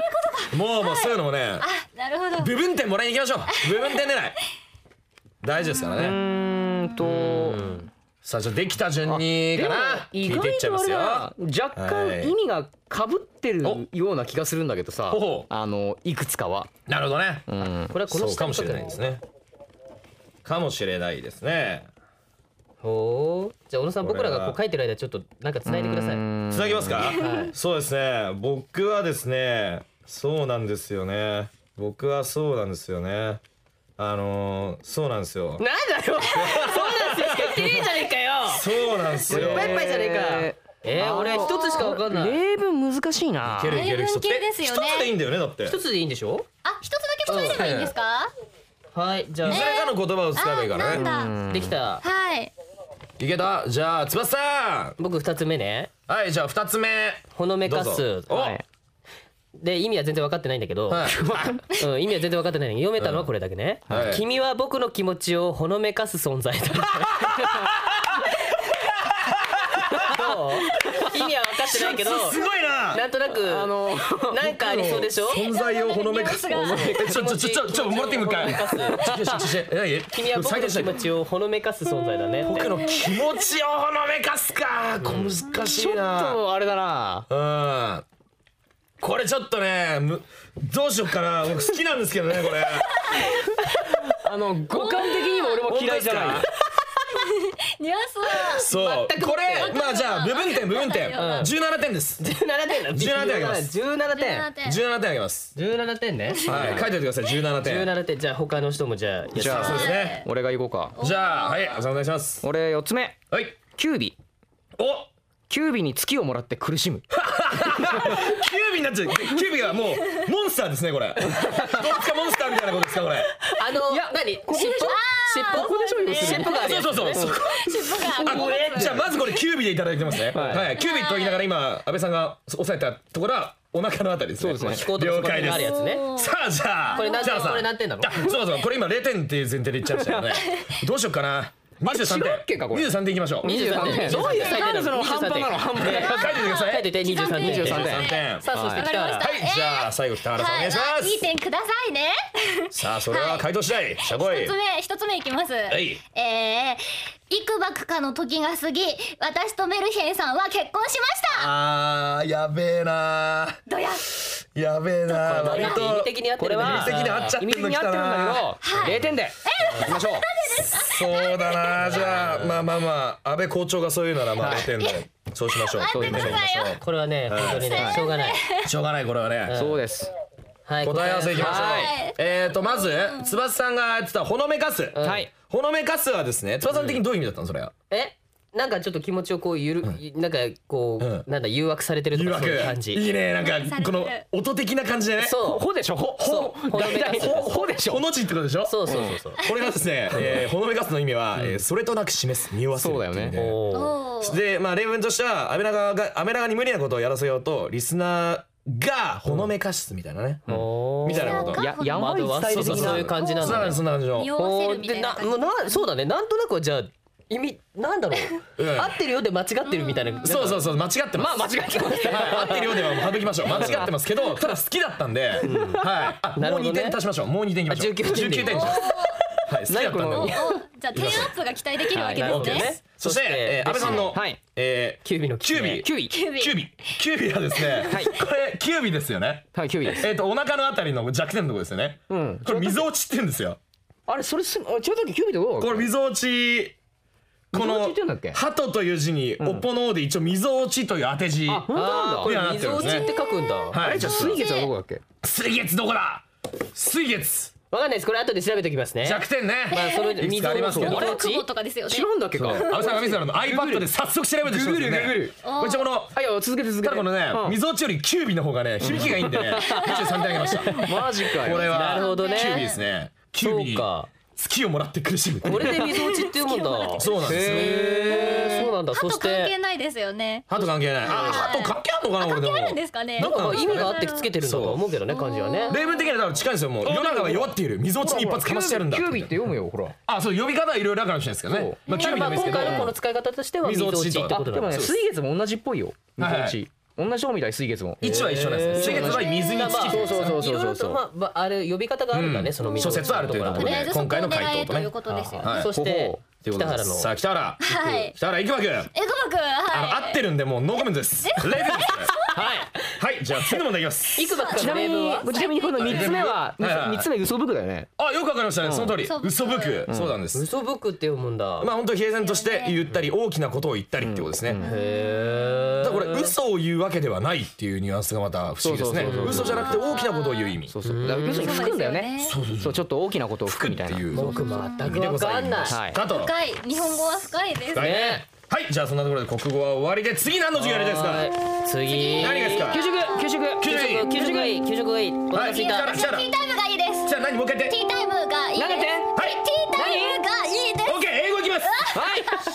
Speaker 2: もうもうそういうのもね
Speaker 6: あ、なるほど。
Speaker 2: 部分点もらいに行きましょう。部分点狙い大事ですから
Speaker 4: う
Speaker 2: ね。
Speaker 4: ーんと
Speaker 2: さあじゃあできた順にかな
Speaker 4: 意
Speaker 2: 聞いていっちゃいますよ。
Speaker 4: 外とあれだ若干意味がかぶってる
Speaker 2: お
Speaker 4: ような気がするんだけどさ
Speaker 2: ほほ、
Speaker 4: あのいくつかは。
Speaker 2: なるほどね。
Speaker 4: うん。
Speaker 3: これはこの
Speaker 2: そうかもし
Speaker 3: 下に書くの
Speaker 2: れないですね。かもしれないですね。
Speaker 3: ほう。じゃあ小野さん僕らがこう書いてる間ちょっとなんか繋いでください。
Speaker 2: つなぎますか、
Speaker 3: はい
Speaker 2: そうですね僕はですねそうなんですよね僕はそうなんですよねあのー、そうなんですよ
Speaker 3: なんだよ。そうなんですよ。しか言ってねえじゃねえかよ。
Speaker 2: そうなんですよ
Speaker 3: いっぱいいっぱいじゃねえか。えー、俺一つしかわかんない。
Speaker 4: 例文難しいな。
Speaker 2: いけるいける一つ
Speaker 6: 例文系ですよね
Speaker 2: 一つでいいんだよねだって
Speaker 3: 一つでいいんでしょ。
Speaker 6: あ、一つだけ答えればいいんですか？
Speaker 3: はいじゃ
Speaker 2: いずれかの言葉を使えばいいからね
Speaker 6: あ、なんだ。
Speaker 3: あできた。
Speaker 6: はい。
Speaker 2: いけた。じゃあ翼さん。
Speaker 3: 僕二つ目ね。
Speaker 2: はい、じゃあ二つ目
Speaker 3: ほのめか
Speaker 2: どう
Speaker 3: す。
Speaker 2: ぞ。お、
Speaker 3: はいで意味は全然分かってないんだけど、
Speaker 2: はい
Speaker 3: うん、意味は全然分かってないのに読めたのはこれだけね、
Speaker 2: はい
Speaker 3: 君は僕の気持ちをほのめかす存在だ。どう意味は分かってないけど
Speaker 2: すごいな。
Speaker 3: なんとなく
Speaker 4: あの
Speaker 3: なんかありそうでしょ。
Speaker 2: 存在をほのめかす。ちょちょちょちょちょもらってみるかい。ちょちょちょちょえ何？
Speaker 3: 君は僕の気持ちをほのめかす存在だね。
Speaker 2: 僕の気持ちをほのめかすか。これ難しいな。
Speaker 4: そうあれだな。
Speaker 2: うん。これちょっとね、むどうしよっかな。僕好きなんですけどね、これ。
Speaker 4: あの五感的にも俺も嫌いじゃない。
Speaker 6: ニュアンスは
Speaker 2: そう。
Speaker 3: 全く
Speaker 2: これまあじゃあ部分点部分点
Speaker 3: うん
Speaker 2: じゅうななてんです。
Speaker 3: じゅうななてんだ。
Speaker 2: じゅうななてんあげます
Speaker 3: じゅうななてん。
Speaker 6: じゅうななてん
Speaker 2: じゅうななてんあげます。
Speaker 3: じゅうななてんね。
Speaker 2: はい、書いておいてください。じゅうななてん。
Speaker 3: じゅうななてん。じゃあ他の人もじゃあ
Speaker 2: じゃあそうですね。
Speaker 4: 俺が行こうか。
Speaker 2: じゃあはい、お願いします。
Speaker 4: 俺四つ目。
Speaker 2: はい。
Speaker 4: キュービ。
Speaker 2: お。
Speaker 4: キュービに月をもらって苦しむ。
Speaker 2: キュービになっちゃう。キュービがもうモンスターですねこれ。どうですかモンスターみたいなことですかこれ。
Speaker 3: あの何？尻尾？尻尾？
Speaker 6: ここでしょ
Speaker 3: 尻尾尻尾があるやつ。
Speaker 2: そうそうそう。
Speaker 6: 尻尾が
Speaker 2: あこれじゃあまずこれキュービでいただいてますね。はい。キュービと言いながら今安倍さんが押さえたところはお腹のあたりですね。
Speaker 4: そうですね
Speaker 3: 飛行とかそこに
Speaker 2: 了解です
Speaker 3: あるやつね。
Speaker 2: さあじゃあ
Speaker 3: これ何点？
Speaker 2: じゃあさ
Speaker 3: これ何点なの？
Speaker 2: あそうそうこれ今れいてんっていう前提で言っちゃいましたよね。どうしようかな。にじゅうさんてん。
Speaker 4: 違うっけかこれ
Speaker 2: にじゅうさんてんいきましょう。
Speaker 3: にじゅうさんてん。どういう最低なの？
Speaker 4: その半端なの半端なの。
Speaker 2: 書いておいてください。
Speaker 3: 書いててにじゅうさんてん。
Speaker 4: にじゅうさんてん
Speaker 2: てん。
Speaker 3: さあそして北原。
Speaker 2: はいじゃあ最後北原さんお願いします。
Speaker 6: いい点くださいね。
Speaker 2: さあそれは回答次第。しゃこい
Speaker 6: 一つ。目一つ目いきます。
Speaker 2: い
Speaker 6: えー、幾ばくかの時が過ぎ、私とメルヘンさんは結婚しました。
Speaker 2: あーやべえな
Speaker 6: どや。
Speaker 2: やべえな割と
Speaker 3: 意味的に合ってるね。
Speaker 4: これは
Speaker 2: 意味的に合っちゃって
Speaker 4: 意味
Speaker 2: んのき
Speaker 4: 的に合ったてるんだけど、零点で。行きましょう。
Speaker 2: そうだなじゃあまあまあまあ安倍校長がそういうならまあれいてんでそうしましょう。そういうしましょ
Speaker 3: これはね本当にねしょうがない。
Speaker 2: う。しょうがないこれはね。
Speaker 4: そうです。
Speaker 3: はい。
Speaker 2: 答え合わせいきましょう
Speaker 6: はい。
Speaker 2: えーとまず翼さんがやってたほのめかす。
Speaker 4: はい。
Speaker 2: ほのめかすはですね翼さん的にどういう意味だったのそれは。
Speaker 3: えなんかちょっと気持ちをこうゆるなんかこ
Speaker 2: うん
Speaker 3: うなんだ誘惑されてると
Speaker 2: 誘惑
Speaker 3: かそういう感じ。
Speaker 2: いいねなんかこの音的な感じでね。
Speaker 3: そう
Speaker 4: ほでしょ。ほほ
Speaker 3: そうほのめかす
Speaker 4: ほほでしょ。
Speaker 2: ほの字ってことでしょ。
Speaker 3: そうそうそうそう。
Speaker 2: これがですねえーほのめかすの意味はえーそれとなく示す匂わせるっていう意味で。
Speaker 3: おー
Speaker 6: おー
Speaker 2: でまあ例文としてはアメラガがアメラガに無理なことをやらせようとリスナーがほのめかすみたいなね、
Speaker 3: おー
Speaker 2: みたいなこと。
Speaker 4: ややばいスタイル的な
Speaker 3: そうそうそういう。感じなん
Speaker 2: そんな
Speaker 3: だね。
Speaker 2: そんな感じの。
Speaker 6: 匂わせ
Speaker 3: お
Speaker 6: るみ
Speaker 3: ーでなもう
Speaker 6: たいな感じ。
Speaker 3: なそうだねなんとなくはじゃあ意味なんだろう、
Speaker 2: うん
Speaker 3: 合ってるようで間違ってるみたいな。
Speaker 2: そうそうそう間違ってます。
Speaker 3: まあ間違ってます
Speaker 2: はい合ってるようではもう省きましょう。間違ってますけどただ好きだったんで、はい。あもう
Speaker 3: なるほどね
Speaker 2: にてん足しましょう。もうにてんいきましょう。
Speaker 3: あじゅうきゅうてんで
Speaker 2: じゅうきゅうてんにします。はい好きだったんで。
Speaker 3: 何この
Speaker 6: おじゃあテンアップが期待できるわけ
Speaker 3: はい
Speaker 6: ですね。
Speaker 3: なるほどね
Speaker 2: そしてえー安倍さんの
Speaker 4: はい
Speaker 2: えー
Speaker 3: キュービの
Speaker 2: キュービ
Speaker 4: キュウイ。
Speaker 6: キュービ
Speaker 2: キュービキュービはですね
Speaker 4: はい
Speaker 2: これキュービですよね。
Speaker 4: はいキュウイです。
Speaker 2: えっとお腹のあたりの弱点のところですよね。
Speaker 4: うん。
Speaker 2: これ溝落ちって言うんですよ。
Speaker 4: あれそれすあちょうどキュウイってどう？
Speaker 2: これ溝落ちこ
Speaker 4: 溝落
Speaker 2: の
Speaker 4: ちって言うんだっけ
Speaker 2: 鳩という字におっぽのおで一応溝落ちという当て字。
Speaker 4: あ本当なんだ。
Speaker 3: あーこれ水落ちって書くんだ。
Speaker 2: はい
Speaker 4: あれじゃあ水月はどこだっけ？
Speaker 2: 水月どこだ。水月
Speaker 3: わかんないですこれ後で調べておきますね。
Speaker 2: 弱点ね。
Speaker 3: まあそれ
Speaker 2: いくつかありますけど。
Speaker 3: 水落ち
Speaker 6: 久保とかですよね。
Speaker 4: 違うんだっけか。
Speaker 2: 安倍さんが見せたの iPad で早速調べてしまうんですよね。
Speaker 4: ググるググる
Speaker 2: これじゃこの
Speaker 4: あいや続けて続けて。
Speaker 2: ただこのね
Speaker 4: うん
Speaker 2: 溝落ちよりキュービの方がね響きがいいんでねにじゅうさんてんあげました。
Speaker 4: マジかよ。
Speaker 2: これは
Speaker 3: なるほどね
Speaker 2: キュービですね。キュービに
Speaker 3: そうか
Speaker 2: 月をもらって苦しむ。
Speaker 3: これで水落ちって読むんだ。
Speaker 2: そうなんですよ。
Speaker 3: へーそうなんだ。そ
Speaker 6: 鳩関
Speaker 3: して
Speaker 6: 係ないですよね。
Speaker 2: 鳩関係ない。あ鳩関係あるのかな俺でも。
Speaker 6: 関係あるんですかね。
Speaker 2: なんか
Speaker 3: なんか意味があってつけてるんだと思うけどね漢字はね。
Speaker 2: 例文的には多分近いんですよ。もう世の中は弱っている溝落ちに一発かましてやるんだ。
Speaker 4: キュウイって読むよほら。
Speaker 2: あそう呼び方はいろいろあるかもしれないですけどね。まあキュービで
Speaker 3: まあ
Speaker 2: もいいですけど。
Speaker 3: 今回のこの使い方としては水落ちってこと
Speaker 4: でもね
Speaker 3: なんです。
Speaker 4: 水月も同じっぽいよ。水
Speaker 2: はい
Speaker 4: 落ち。同じとこみたい水月も。
Speaker 2: 位置は一緒なんですね。水月は水に
Speaker 3: まあ
Speaker 2: 月。
Speaker 4: そうそうそうそう
Speaker 3: いろいろとまあまああれ呼び方があるんだねその水落ち
Speaker 2: 諸説あるというところで
Speaker 6: とりあえずそこを
Speaker 2: 今回の回答とね
Speaker 6: 狙えということですよね。
Speaker 2: はい
Speaker 3: そして
Speaker 2: ということで
Speaker 3: 北原の
Speaker 2: さあ北原
Speaker 6: はい。
Speaker 2: 北原いくばくん
Speaker 6: え、久保くん、
Speaker 2: あの
Speaker 6: はい。
Speaker 2: 合ってるんでもうノーコメントです。レベルです。
Speaker 3: はい
Speaker 2: はいじゃあ次の問題いきます。
Speaker 3: いくばく
Speaker 4: ちなみに
Speaker 3: の例文は
Speaker 4: ちなみにこの三つ目は
Speaker 2: はいはいはい
Speaker 4: 三つ目嘘ブだよね。
Speaker 2: あよくわかりましたね。その通り
Speaker 6: うん
Speaker 2: 嘘ぶくそうなんです。
Speaker 3: 嘘ぶくって読むんだ。
Speaker 2: まあ本当平然として言ったり大きなことを言ったりってことですね。
Speaker 3: へ
Speaker 2: だからこれ嘘を言うわけではないっていうニュアンスがまた不思議ですね。
Speaker 4: そうそうそうそう
Speaker 2: 嘘じゃなくて大きなことを言う意味。
Speaker 4: そうそう。だから要するに吹くんだよね。
Speaker 6: そう
Speaker 4: そうちょっと大きなことを吹くみたいな。
Speaker 2: っていう
Speaker 3: 僕全くわかんない。
Speaker 4: はい。
Speaker 2: かと。
Speaker 6: 深い。日本語は深いです。
Speaker 2: はい
Speaker 3: ね
Speaker 2: はいじゃあそんなところで国語は終わりで次何の授業やりたいですか。
Speaker 3: はい次
Speaker 2: 何がですか。
Speaker 4: 給食給食
Speaker 3: 給食給食がいい給食がいい。お腹すいた。
Speaker 2: はい
Speaker 6: じゃあティータイムがいいです。
Speaker 2: じゃあ何もう一回言って。
Speaker 6: ティータイムがいいです。
Speaker 4: 投げて
Speaker 2: はい
Speaker 6: ティータイムがいいです。
Speaker 2: オッケー英語いきます。
Speaker 4: はい。
Speaker 2: し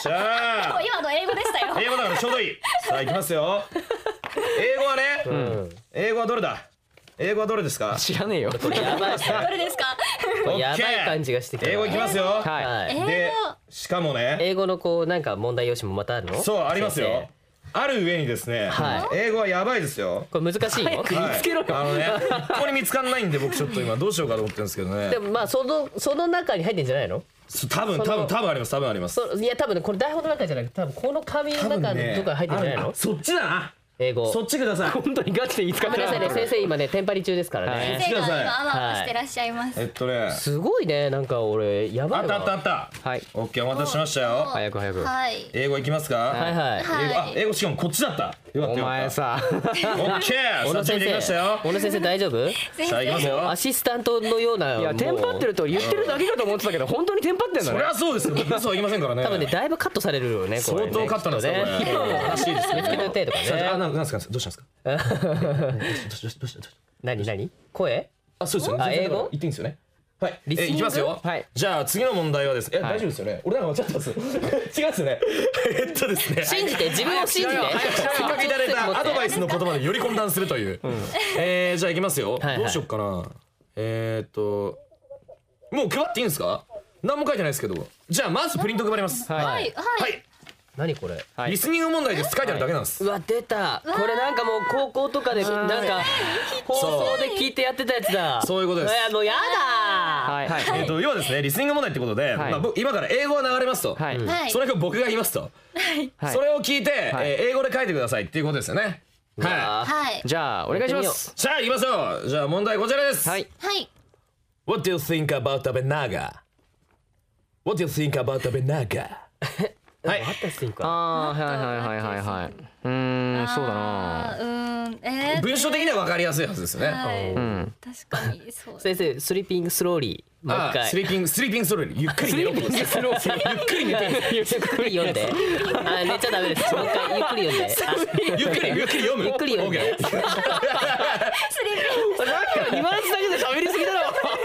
Speaker 2: しゃー。
Speaker 6: 今の英語でしたよ。
Speaker 2: 英語だからちょうどいい。さあ行きますよ。英語はね、英語はどれだ。英語はどれですか。
Speaker 4: 知らねえよ。
Speaker 3: これやばい。
Speaker 6: どれですか。
Speaker 3: これやばい感じがしてきた。
Speaker 2: 英語いきますよ。
Speaker 4: はい。
Speaker 3: はい。
Speaker 2: で、しかもね、
Speaker 3: 英語のこうなんか問題用紙もまたあるの？
Speaker 2: そうありますよ。ある上にですね、
Speaker 3: は
Speaker 2: 英語はやばいですよ。
Speaker 3: これ難しいの？
Speaker 2: はいあのね、一向に見つかんないんで僕ちょっと今どうしようかと思ってるんですけどね
Speaker 3: で。もまあそのその中に入ってんじゃないの？
Speaker 2: そ多分多分多分あります多分あります。
Speaker 3: そいや多分ねこれ台本の中じゃなくて多分この紙の中のどこか入ってんじゃないの？
Speaker 2: そっちだな。
Speaker 3: 英語。
Speaker 2: そっちください。
Speaker 4: 本当にガチでいい使って
Speaker 3: ごめんなさいね先生今ねテンパり中ですからね。
Speaker 6: 先生が今あわあわしてらっしゃいます。
Speaker 2: えっとね、
Speaker 3: すごいねなんか俺やばいわ。
Speaker 2: あったあったあった。
Speaker 4: はい。
Speaker 2: オッケーお待たせしましたよ。
Speaker 4: 早く早く。
Speaker 6: はい。
Speaker 2: 英語いきますか。
Speaker 3: はいはい。
Speaker 2: 英語あ英語しかもこっちだった。よかったよかった。
Speaker 4: お前さ。
Speaker 2: オッケー。
Speaker 3: 小野先
Speaker 2: さあ準備できました
Speaker 3: 生
Speaker 2: よ。
Speaker 3: 小野先生大丈夫？
Speaker 2: さあいきますよ。
Speaker 3: アシスタントのようない
Speaker 4: やテンパってると言ってるだけかと思ってたけど本当にテンパってんだね。
Speaker 2: そりゃそうですよ。僕嘘は言いませんからね。
Speaker 3: 多分ねだいぶカットされるよねこれね。
Speaker 2: 相当カットなんですよこれ。
Speaker 3: きっとね
Speaker 2: らしいですね。
Speaker 3: 見つけた程度か
Speaker 2: さあ
Speaker 3: ね。
Speaker 2: なんなんですかどうしたんですか。どうしたどうしたどうしたどうした。
Speaker 3: 何何？声？
Speaker 2: あそうですよね。
Speaker 3: あ英語
Speaker 2: 言っていいんですよね。はい。
Speaker 3: リスニング
Speaker 2: えいきますよ。
Speaker 4: はい
Speaker 2: じゃあ次の問題はですね。え大丈夫ですよね。俺なんか間違ってます。違うんですよね。えっとですね。
Speaker 3: 信じて自分を信じて。
Speaker 2: せっかくいただいたアドバイスの言葉でより混乱するという。えーじゃあいきますよ。
Speaker 3: はいはい
Speaker 2: どうしよっかな。えーっともう配っていいんですか。何も書いてないですけど。じゃあまずプリント配ります。
Speaker 6: はいはい。
Speaker 2: はい。
Speaker 3: 何これ？
Speaker 4: はい
Speaker 2: リスニング問題です。書いてあるだけなんです。
Speaker 3: うわ出たこれなんかもう高校とかでなんか放送で聞いてやってたやつだ。
Speaker 2: そういうことです。
Speaker 3: えもうやだ
Speaker 4: はい。
Speaker 2: えっと要はですねリスニング問題ってことで、
Speaker 4: はい
Speaker 2: まあ僕今から英語が流れますと、
Speaker 4: はい。
Speaker 6: はい。
Speaker 2: それを僕が言いますと、
Speaker 4: はい
Speaker 2: それを聞いて、
Speaker 4: はい
Speaker 2: えー英語で書いてくださいっていうことですよね。はい。
Speaker 3: あ
Speaker 6: はい。
Speaker 4: じゃあお願いします。
Speaker 2: さあ行きましょう。じゃあ問題こちらです。
Speaker 4: はい。
Speaker 6: はい。
Speaker 2: What do you think about a banana? What do you think about a banana? はい。
Speaker 3: あったっすんか。
Speaker 4: ああーはいはいはいはいはい。うーんそうだな。
Speaker 6: あーうーんえー。
Speaker 2: 文章的には分かりやすいはずですよね。
Speaker 6: はい。
Speaker 4: うん。
Speaker 6: 確かにそう。
Speaker 3: 先生スリーピングスローリーもう
Speaker 2: あ
Speaker 3: 一回。
Speaker 2: スリーピングスリーピングスローリーゆっくり寝ろってことです。ゆっくり寝て
Speaker 3: ゆっくり読んで。あ寝ちゃダメです。もう一回ゆっくり読んで。あ
Speaker 2: ゆっくりゆっくり読む。
Speaker 3: ゆっくり読んで
Speaker 2: OK
Speaker 6: スリーピング。
Speaker 4: さっきからニュアンスだけで喋りすぎだろ。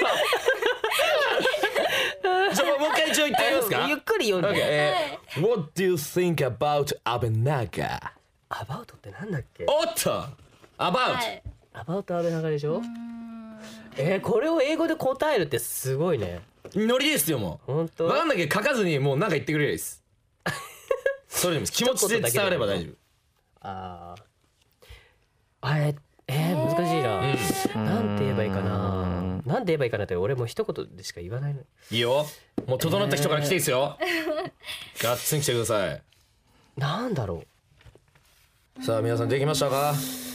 Speaker 2: じゃあもう一回一応言ってみますか。
Speaker 3: ゆっくり読ん
Speaker 2: OK
Speaker 3: で。
Speaker 2: えー What do you think about a banana?
Speaker 3: アバウトってなんだっけ？
Speaker 2: おっと about、
Speaker 6: はい。
Speaker 3: アバウト安倍長でしょ？えーこれを英語で答えるってすごいね。
Speaker 2: ノリですよもう。
Speaker 3: 本当？
Speaker 2: 分かんなきゃ書かずにもうなんか言ってくれりゃいいです。それでもいいです気持ちで伝われば大丈夫。
Speaker 3: あーあれえー、難しいな、なんて言えばいいかななんて言えばいいかなって俺もう一言でしか言わないの。
Speaker 2: いいよ。もう整った人から来ていいですよ。ガッツン来てください。
Speaker 3: なんだろう
Speaker 2: さあ皆さんできましたか。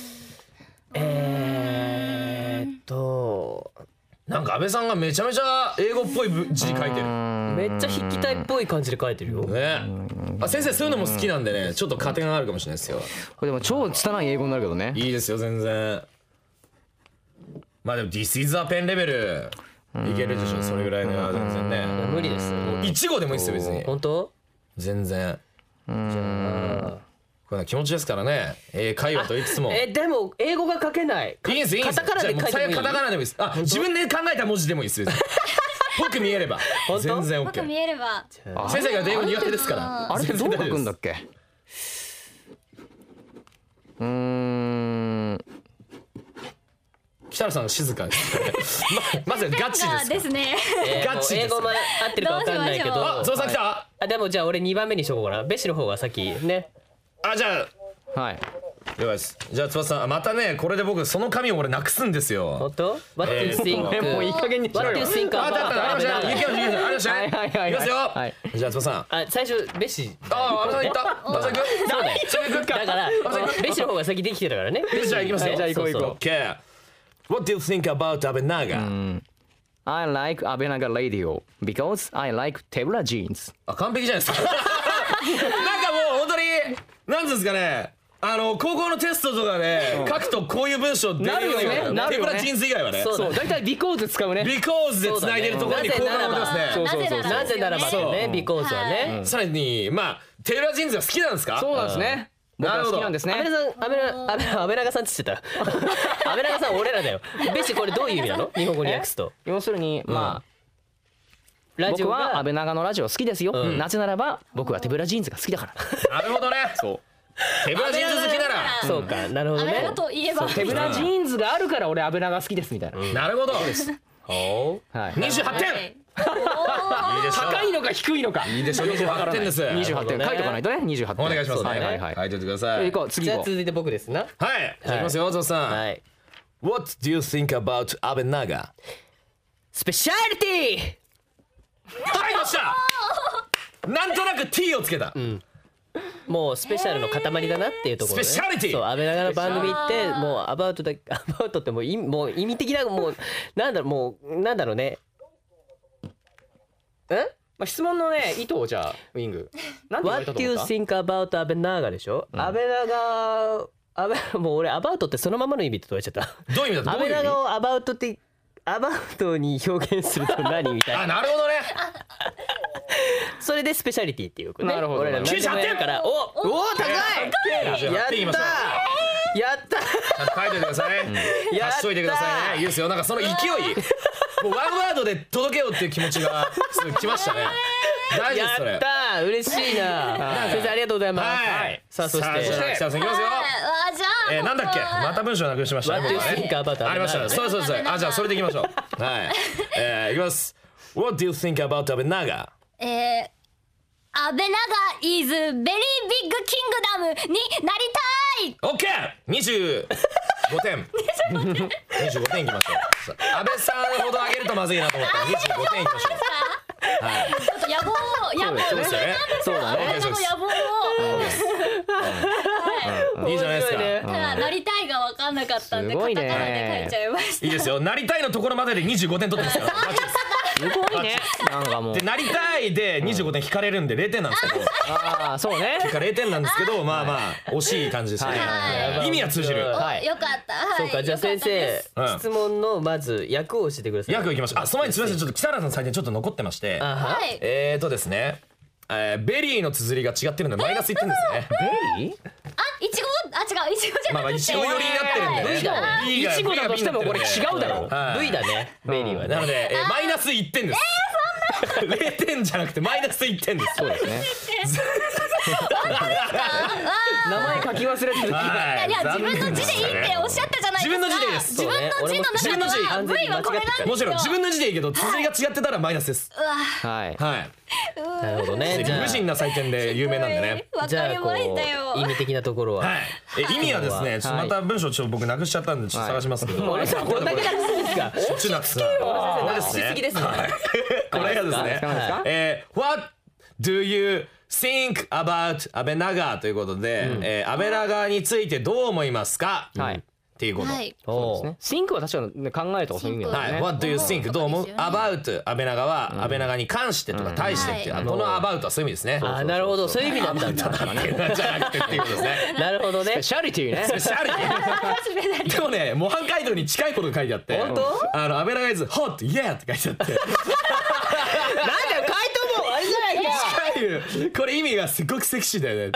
Speaker 3: えーっと
Speaker 2: なんか安倍さんがめちゃめちゃ英語っぽい字書いてる。
Speaker 3: めっちゃ筆記体っぽい感じで書いてるよ。
Speaker 2: ね。あ先生そういうのも好きなんでねちょっと加点があるかもしれないですよ。
Speaker 4: これでも超拙い英語になるけどね。
Speaker 2: いいですよ全然。まあでも This is a pen レベルいけるでしょそれぐらいのは全然ね。
Speaker 3: 無理です。
Speaker 2: いち号でもいいですよ別に。
Speaker 3: 本当？
Speaker 2: 全然。
Speaker 3: じゃあ
Speaker 2: これは気持ちですからね。英会話と言いつつも。
Speaker 3: えでも英語が書けない。
Speaker 2: いいですいいです。
Speaker 3: カタカナで書いてもいい
Speaker 2: じゃあもう最悪カタカナでもいいです。あ自分で考えた文字でもいいです別に。ぽく見えれば
Speaker 3: 本当
Speaker 2: 全然
Speaker 6: 僕
Speaker 2: OK。
Speaker 6: 見えれば。
Speaker 2: 先生が英語苦手ですから。
Speaker 4: あれってどう書くんだっけ。うーん。
Speaker 2: 北原さん静かです。ままずガチですか。
Speaker 6: ですね。
Speaker 3: えー
Speaker 2: ガチです
Speaker 3: 英語も合ってるかわかんないけど。
Speaker 6: どうしましょ
Speaker 2: あ翼来た。
Speaker 3: あでもじゃあ俺にばんめにしとこうかな。ベシの方が先ね。
Speaker 2: あじゃあ
Speaker 4: はい。
Speaker 2: 了解です。じゃあ翼さんあまたねこれで僕その紙を俺なくすんですよ。
Speaker 3: 本当？ What do you
Speaker 2: えー
Speaker 3: think?
Speaker 4: もういい加減にしろよ
Speaker 3: What do you think
Speaker 2: あったあったありました。
Speaker 3: about
Speaker 2: ゆきましゆきましありましたね。
Speaker 4: はいはいはいはい
Speaker 2: いきますよ。
Speaker 4: はい
Speaker 2: じゃあ翼さん。
Speaker 3: あ最初ベシ。
Speaker 2: ああ、あなた行った。まさく。
Speaker 3: そうだよ。
Speaker 2: それ行くか。
Speaker 3: だからベシの方が先できてたからね。
Speaker 2: じゃあ行きますよ。
Speaker 4: じゃあ行こう行こう
Speaker 2: オッケー。What do you think about a banana?
Speaker 4: I like Abenaga Radio because I like Tevra jeans.
Speaker 2: あ、完璧じゃないですか。なんかもう本当になんですかね。あの高校のテストとかで書くとこういう文章出るよね。
Speaker 4: なるよね
Speaker 2: テープラジーンズ以外はね。
Speaker 3: そう
Speaker 4: そう、だいたい because 使うね。
Speaker 2: because で繋いでるところに効果が持ってますね。
Speaker 4: そうそうそう
Speaker 3: なぜならばね。ビコーズはね。
Speaker 2: さらにまあテープラジーンズが好きなんですか。
Speaker 4: そうなんですね。僕は好きなんですね。
Speaker 3: 安倍さん、安倍な、安倍安倍長さんって言ってた。安倍長さん俺らだよ。ベシこれどういう意味なの？日本語に訳すと。
Speaker 4: 要するにまあ僕
Speaker 3: ラジオが
Speaker 4: は安倍長のラジオ好きですよ、なぜならば僕は手ぶらジーンズが好きだから
Speaker 2: なるほどね。そう手ぶらジーンズ好きなら
Speaker 3: そうか、なるほどね
Speaker 6: 安倍長。といえば
Speaker 4: 手ぶらジーンズがあるから俺安倍長好きですみたいな、
Speaker 2: なるほど。
Speaker 3: お
Speaker 4: はい、
Speaker 2: にじゅうはちてん。いいでしょ
Speaker 4: 高いのか低いのか
Speaker 2: う。いいでしょう。にじゅうはちてんです。
Speaker 4: にじゅうはちてん書いとかないとねにじゅうはちてん
Speaker 2: お願いしますね。
Speaker 4: はいはいはい、
Speaker 2: 書いておいてください。
Speaker 4: 行こう次
Speaker 3: じゃ
Speaker 4: 行こう
Speaker 3: あ続いて僕ですな。
Speaker 2: はい。じゃあいきますよ、ゾウさん。
Speaker 3: はい。
Speaker 2: What do you think about 安倍長？
Speaker 3: スペシャリティ。
Speaker 2: はい、ました。なんとなく T をつけた。
Speaker 3: もうスペシャルの塊だなっていうところね。
Speaker 2: スペシャリティ
Speaker 3: そう、安倍長の番組ってもうアバウトだアバウトってもう意もう意味的なもうなんだろうもうなんだろうね。え？
Speaker 4: まあ、質問のね意図をじゃあウィングなんて言われ
Speaker 3: What
Speaker 4: たと
Speaker 3: do you
Speaker 4: 思った
Speaker 3: think about 安倍長でしょ？安倍長安倍もう俺アバウトってそのままの意味って言われちゃった。
Speaker 2: どういう意味だと？
Speaker 3: 安倍
Speaker 2: どういう意味？
Speaker 3: 長をアバウトってアバウトに表現すると何みたい
Speaker 2: あ、
Speaker 3: な。
Speaker 2: なるほどね。
Speaker 3: それでスペシャリティっていうね。
Speaker 4: なるほど
Speaker 3: 俺ら何でもやるから。おお高い。やった
Speaker 2: って言いましょう。
Speaker 3: ー。やったー。
Speaker 2: ちゃんと書いておいてください。
Speaker 3: やったー
Speaker 2: 足しといてくださいね。いいですよ。なんかその勢い、もうワンワードで届けようっていう気持ちがすごい来ましたね。大丈夫ですそれ。
Speaker 3: やったー、嬉しいな。先生ありがとうございます。
Speaker 2: はい。
Speaker 3: さあそして
Speaker 2: じゃあ北野さんいきますよ。
Speaker 6: あじゃあ
Speaker 2: えー、なんだっけ、また文章なくしましたね。
Speaker 3: What do you
Speaker 2: 僕はね
Speaker 3: think about
Speaker 2: ありましたね。そうそうそう。あ、じゃあそれでいきましょう。はい。えー、いきます。What do you think about 安倍長？
Speaker 6: えー安倍長 is very big kingdom になりたい。
Speaker 2: オッケー。二十五てん。二十五てんいきましょう。安倍さんほど上げるとまずいなと思ったら二十五てんいきましょう。はい。
Speaker 6: ちょっと野望野望
Speaker 2: そうですよね。
Speaker 4: そうだね
Speaker 6: 安倍長の野望を
Speaker 2: いいじゃないですか。
Speaker 3: 面白いね
Speaker 6: ただなりたいが分かんなかったんですカ
Speaker 4: ごいね
Speaker 6: タカナで書いちゃいました
Speaker 2: いいですよ。なりたいのところまででにじゅうごてん取ってますから。
Speaker 4: すごいねなんかもう
Speaker 2: でなりたいでにじゅうごてん引かれるんでれいてんなんですけど、
Speaker 4: ああそうね
Speaker 2: 結果れいてんなんですけど、まあまあ惜しい感じですね。
Speaker 6: はい
Speaker 2: 意味は通じる。
Speaker 3: はい
Speaker 6: よかったはい
Speaker 3: そうか、じゃあ先生
Speaker 2: うん
Speaker 3: 質問のまず役を教えてください。
Speaker 2: 役いきましょう。あ、その前にすみません、ちょっと北原さんの採点ちょっと残ってまして、
Speaker 3: あは
Speaker 6: はい
Speaker 2: えーとですね、えーベリーの綴りが違ってるのでマイナスいってんですね。
Speaker 4: ベリー
Speaker 6: あいちごあ違ういちごじゃ
Speaker 2: まあまあい
Speaker 6: なくて
Speaker 2: ちご寄りになってるんでね。
Speaker 3: V だね
Speaker 2: B が
Speaker 4: いちごだとしてもこれ違うだろ
Speaker 2: はい
Speaker 3: V だね。ベリーはね。
Speaker 2: なので、えーマイナスいってんです。れいてんじゃなくてマイナスいってんです。そうですね。
Speaker 4: 名前書き忘れてる
Speaker 2: はい
Speaker 6: や自分の字でいいっておっしゃったじゃないですか
Speaker 2: 自分の字でいいです
Speaker 6: 自分の字の
Speaker 2: 自分の字
Speaker 6: 中では V はこれなんですよ
Speaker 2: もちろん自分の字でいいけど綴りが違ってたらマイナスです。
Speaker 4: はい
Speaker 2: はい。
Speaker 3: なるほどね。じゃ
Speaker 2: 無人な採点で有名なんでね。
Speaker 6: わかり
Speaker 3: あじゃあこ
Speaker 6: ましたよ
Speaker 3: う意味的なところは。
Speaker 2: はい。え意味はですね、ちょっとまた文章ちょっと僕なくしちゃったんでちょっと探しますけど。これ
Speaker 3: これだけなくすんですか。
Speaker 2: こっちなくすな。これですね。
Speaker 3: しすぎですね。
Speaker 2: これがですね。えー What do you think about 安倍長ということで、えー安倍長についてどう思いますか。
Speaker 4: はい
Speaker 2: っていうこと。
Speaker 6: はい
Speaker 3: おう。
Speaker 4: シンクは確かにね考えとかそういう意味だ
Speaker 2: はい、
Speaker 4: よね
Speaker 2: What do you think どう思う about 安倍長は安倍長に関してとか対してっていう、
Speaker 6: はい
Speaker 2: この about はそういう意味ですね。
Speaker 3: あ、なるほど、そういう意味だったんだ。
Speaker 2: じゃなくてっていうことですね。
Speaker 3: なるほどね
Speaker 4: スペ。シャリティね
Speaker 2: スペシャリティでもね、模範解答に近いことが書いてあって、
Speaker 3: 本当
Speaker 2: あの安倍長イズ hot yeah って書いてあって、
Speaker 3: なんだよ、回答もあれじゃないか。
Speaker 2: 近いこれ意味がすごくセクシーだよね。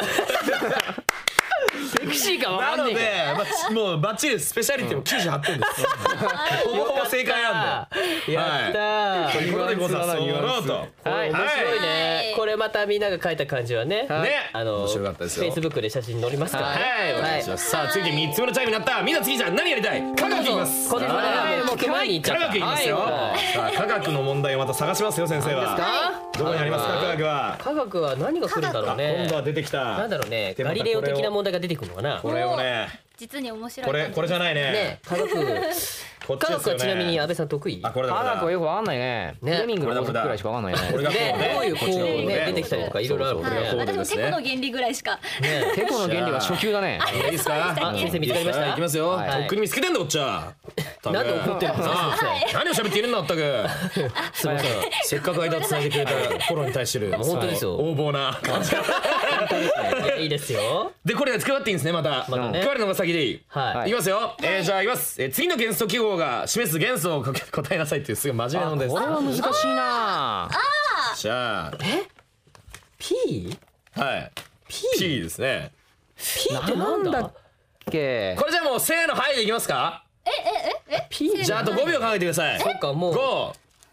Speaker 4: セクシーかわ
Speaker 2: なので
Speaker 4: かんねえ、
Speaker 2: まあ、もうバッチリスペシャリティもきゅうじゅうはってんです。ほぼほぼ正解なんで。
Speaker 3: やったー。
Speaker 2: ということでございます。と。
Speaker 3: はい、面白いね。これまたみんなが書いた感じはね。
Speaker 2: ね、
Speaker 3: あの
Speaker 2: 面白かったですよ。
Speaker 3: Facebook で写真載りますから
Speaker 2: は
Speaker 3: ね。
Speaker 2: い、お願いします。さあ、続いて三つ目のチャイムになった。みんな次じゃあ何やりたい？科学いきます。
Speaker 3: この人がもう聞く前に言っちゃった。
Speaker 2: 科学いきますよ。さあ、科学の問題をまた探しますよ、先生は。どこにありますか、科学は。
Speaker 3: 科学は何が来るんだろう
Speaker 2: 今
Speaker 3: ね
Speaker 2: 度。は出てきた。
Speaker 3: なんだろうね。
Speaker 2: でまた
Speaker 3: ガリレオ的な問題が出てくるのかな。
Speaker 2: これをね、
Speaker 6: 実に面白い
Speaker 2: これこれじゃないね
Speaker 3: ね。、科学。
Speaker 2: こっち
Speaker 3: 科学は
Speaker 2: ですよね。
Speaker 3: ちなみに安倍さん得意？
Speaker 2: あ、これだこ
Speaker 4: 科
Speaker 2: れだ。
Speaker 4: 学はよくわかんないねフ
Speaker 3: ね
Speaker 4: レミングの法則くらいしかわかんないね
Speaker 2: これがこう
Speaker 3: で、
Speaker 2: ね。
Speaker 3: どういうこうね出てきたりとかいろいろあるもん
Speaker 2: これがこう
Speaker 3: ね。
Speaker 2: でですね
Speaker 6: 私もテコの。原理ぐらいしか
Speaker 3: ね
Speaker 4: テコの原理は初級だね
Speaker 2: いいですか？
Speaker 3: あ、先生見つかりました。
Speaker 2: いきますよ。
Speaker 3: はい
Speaker 2: とっくに見つけてんだこっちは。
Speaker 3: なんで怒ってるんですか
Speaker 2: ああ何を喋っているんだったく。
Speaker 3: すみません。
Speaker 2: せっかく間をつないでくれたフォローに対してる
Speaker 3: 本当ですよ
Speaker 2: 横暴な感じ。
Speaker 3: いや、いいですよ。
Speaker 2: でこれ使っていいんですねまた。
Speaker 3: またね
Speaker 2: 配るのが先でいい。
Speaker 3: はい
Speaker 2: いきますよ。えーじゃあいきます。えー次の元素記号が示す元素を答えなさいっていうすごい真面目なのです。
Speaker 4: これは難しいな
Speaker 2: じゃあ
Speaker 3: P？
Speaker 2: はい P ですね。
Speaker 3: P ってなんだ
Speaker 4: なんだっけ
Speaker 2: これじゃあもうせーのはいでいきますか。
Speaker 3: ？P？
Speaker 2: じゃああとごびょう考えてください。
Speaker 3: そうか、もう。
Speaker 2: ご、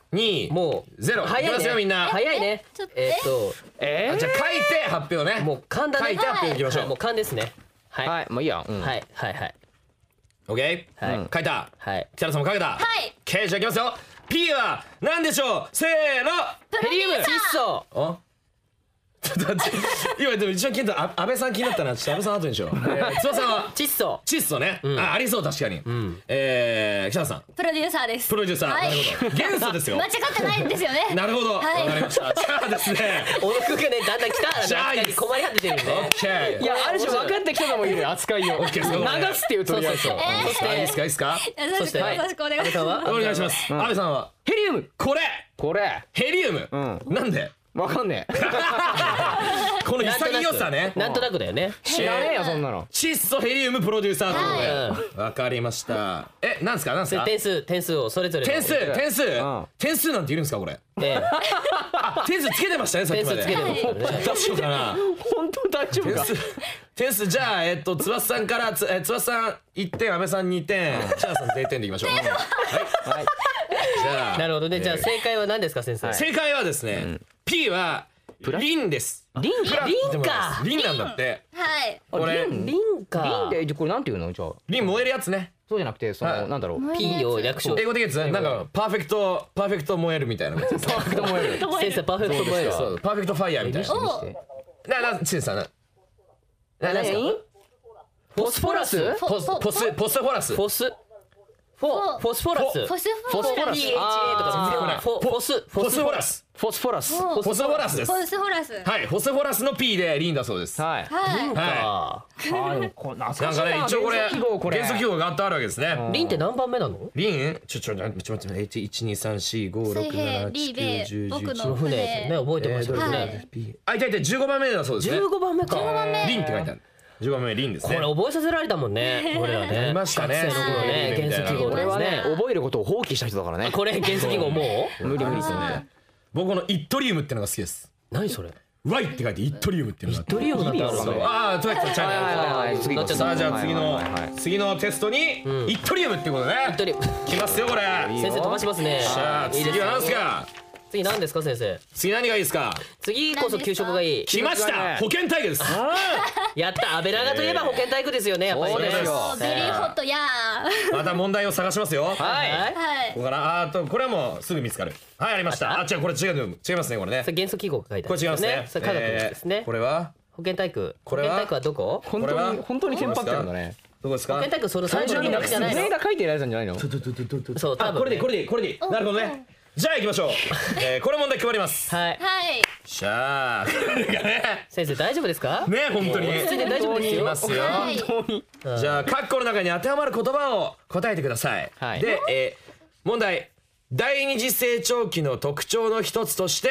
Speaker 2: に
Speaker 3: もう
Speaker 2: ゼロいきますよみんな。
Speaker 3: 早いね。
Speaker 6: ちょっと
Speaker 3: えーっと
Speaker 4: え
Speaker 2: じゃあ書いて発表ね。
Speaker 3: もう勘だね。
Speaker 2: 書いて発表いきましょう
Speaker 3: もう勘ですね。はい
Speaker 4: はいもういいやうん
Speaker 3: はいはいはい
Speaker 2: オッケー、
Speaker 3: はい
Speaker 2: 書いた。
Speaker 3: はい。
Speaker 2: 北原さんも書けた。
Speaker 6: はい
Speaker 2: OK じゃあいきますよ。 P は何でしょう。せーの。
Speaker 3: ヘリウム窒素。
Speaker 2: あちょっと待って今でも一番気になったあ安倍さん気になったな。ちょっと安倍さん後にしよう。えー、翼さんは
Speaker 3: 窒素。
Speaker 2: 窒素ね、あありそう確かに、えー、北原さん
Speaker 6: プロデューサーです。
Speaker 2: プロデューサー、
Speaker 6: はい
Speaker 2: なるほど元素ですよ
Speaker 6: 間違ってないんですよね。
Speaker 2: なるほどわ、
Speaker 6: はい
Speaker 2: かりました。じゃあですね
Speaker 3: 小野くんがねだんだん来た
Speaker 2: じゃあ
Speaker 3: らに困り果ててるんで。
Speaker 2: オッケー
Speaker 4: いやある種分かってきたのもいいね扱いを
Speaker 2: ケーそうだね
Speaker 4: 流すっていうとりあえず
Speaker 3: そうそうそう。そし
Speaker 2: あいいです
Speaker 3: て
Speaker 2: かいいですか
Speaker 6: 優しく優しくお願いします。
Speaker 3: は
Speaker 2: お願いします、安倍さんは
Speaker 4: ヘリウム
Speaker 2: これ
Speaker 4: これ
Speaker 2: ヘリウム、
Speaker 4: うん
Speaker 2: なんで
Speaker 4: わかんねえ
Speaker 2: この潔さね
Speaker 3: なんとなくだよね。
Speaker 4: 知らねえよそんなの
Speaker 2: 窒素ヘリウムプロデューサーということでわかりましたえなんですかなんですか
Speaker 3: 点数点数をそれぞれの
Speaker 2: 点数点数
Speaker 4: ん
Speaker 2: 点数なんているんですかこれ
Speaker 3: え
Speaker 2: あ点数つけてましたねさっきまで
Speaker 3: 点数つけてますからね。
Speaker 2: どうしようかな
Speaker 4: 本当大丈夫か
Speaker 2: 点数点数じゃあえっと翼さんからつえ翼さんいってん安倍さんにてん北原さんぜろてんでいきましょうはい
Speaker 4: はい
Speaker 2: じゃあ
Speaker 3: なるほどね。じゃあ正解は何ですか先生。
Speaker 2: 正解はですね P はリンです
Speaker 3: リン
Speaker 2: プラって
Speaker 3: リン
Speaker 2: 言ってもらいま
Speaker 3: か
Speaker 2: すリンなんだって
Speaker 6: はい。
Speaker 2: これ
Speaker 3: リン
Speaker 4: リ
Speaker 3: か
Speaker 4: ンでこれなんていうのじゃあ
Speaker 2: リン燃えるやつね
Speaker 4: そうじゃなくてそ
Speaker 2: はい
Speaker 4: のなんだろう
Speaker 3: P を略称。
Speaker 2: 英語で言うやつなんかパーフェクトパーフェクト燃えるみたいなやつです
Speaker 4: パーフェクト燃える
Speaker 3: 先生パーフェクト燃える。
Speaker 2: そうパーフェクトファイヤーみたいな
Speaker 6: お
Speaker 2: ななちんさんなななんですか
Speaker 3: フォスフォラス。
Speaker 2: ポスポスポスフォラス
Speaker 3: フォスフォフォスフォラス。
Speaker 6: フォスフォ
Speaker 3: フォスフォラス。
Speaker 6: ラス。
Speaker 3: ピーエイチエー とかフォフォス
Speaker 2: フォスフォラス
Speaker 4: フォスフォラス
Speaker 6: フ
Speaker 2: フォスフォラスです
Speaker 6: ォスフォラス。
Speaker 2: はいフォスフォラスの P でリンだそうです
Speaker 4: はい
Speaker 6: はい。
Speaker 2: は
Speaker 4: あでもこ懐かしい
Speaker 2: いなんかね一応これ
Speaker 4: 元素記号これ
Speaker 2: 元素記号があってあるわけですね
Speaker 3: リンって何番目なの？
Speaker 2: リンちょちょちょちょ待っていちにさんしごろくなな
Speaker 6: 水平リーベ
Speaker 2: じゅう
Speaker 6: 僕の
Speaker 3: その船ね覚えてましたよね。
Speaker 2: あいたいたじゅうごばんめだそうですね
Speaker 3: じゅうごばんめか。
Speaker 2: リンって書いてあるじゅうごばんめリンです
Speaker 3: こ
Speaker 2: ね
Speaker 3: れ覚えさせられたもんね。俺らね。
Speaker 2: ありましたね
Speaker 3: 学生の頃ね
Speaker 2: そう
Speaker 3: 元素記号
Speaker 4: 俺はね
Speaker 3: ね。
Speaker 4: 覚えることを放棄した人だからね
Speaker 3: これ元素記号もう？
Speaker 4: 無理無理ですよね
Speaker 2: ね僕このイットリウムってのが好きです
Speaker 3: 何それ？
Speaker 2: ワイって書いてイットリウムっていうのがあって
Speaker 3: トリウムなんてある
Speaker 2: そう
Speaker 3: の？
Speaker 2: ああとやつちゃう
Speaker 4: はいはいはい次行こう
Speaker 2: さあじゃあ次の
Speaker 4: はいはいはい
Speaker 2: 次のテストにイットリウムってことね
Speaker 3: トリウム。
Speaker 2: きますよこれ
Speaker 3: 先生飛ばしますね。
Speaker 2: さあ
Speaker 3: いい
Speaker 2: 次は何ですか
Speaker 3: 次何ですか先生？
Speaker 2: 次何がいいですか
Speaker 3: 次こそ給食がいい。
Speaker 2: 来ました保健体育です
Speaker 3: やった安倍長といえば保健体育ですよねやっぱりね。
Speaker 4: そうですよ
Speaker 6: ベリーホットやー。
Speaker 2: また問題を探しますよ
Speaker 3: はい。
Speaker 6: はい
Speaker 2: ここからあーとこれはもうすぐ見つかるはいありましたあ違うこれ違う違いますねこれね
Speaker 3: それ元素記号が書いてある
Speaker 2: これ違いますね
Speaker 3: それ科学ですね
Speaker 2: えー。これは
Speaker 3: 保健体育。
Speaker 2: これは
Speaker 3: 保健体育はどこ？
Speaker 4: 本当
Speaker 2: これは
Speaker 4: に本当にテンパってるんだね
Speaker 2: どこですか
Speaker 3: 保健体育その最初になくじゃないの
Speaker 4: 図面？が書いてるやつなんじゃないの
Speaker 3: そう多分ね。
Speaker 2: あこれでいいこれでいいこれでいいなるほどねじゃあ行きましょうえーこれ問題決まります
Speaker 3: はい。
Speaker 6: はい。
Speaker 2: しゃあこれがね
Speaker 3: 先生大丈夫ですか？
Speaker 2: ね本当に
Speaker 3: 落ち着いて大丈夫ですよ。
Speaker 2: いますよ
Speaker 6: はい。
Speaker 2: じゃあカッコの中に当てはまる言葉を答えてください、
Speaker 4: はい
Speaker 2: で、えー問題第二次成長期の特徴の一つとして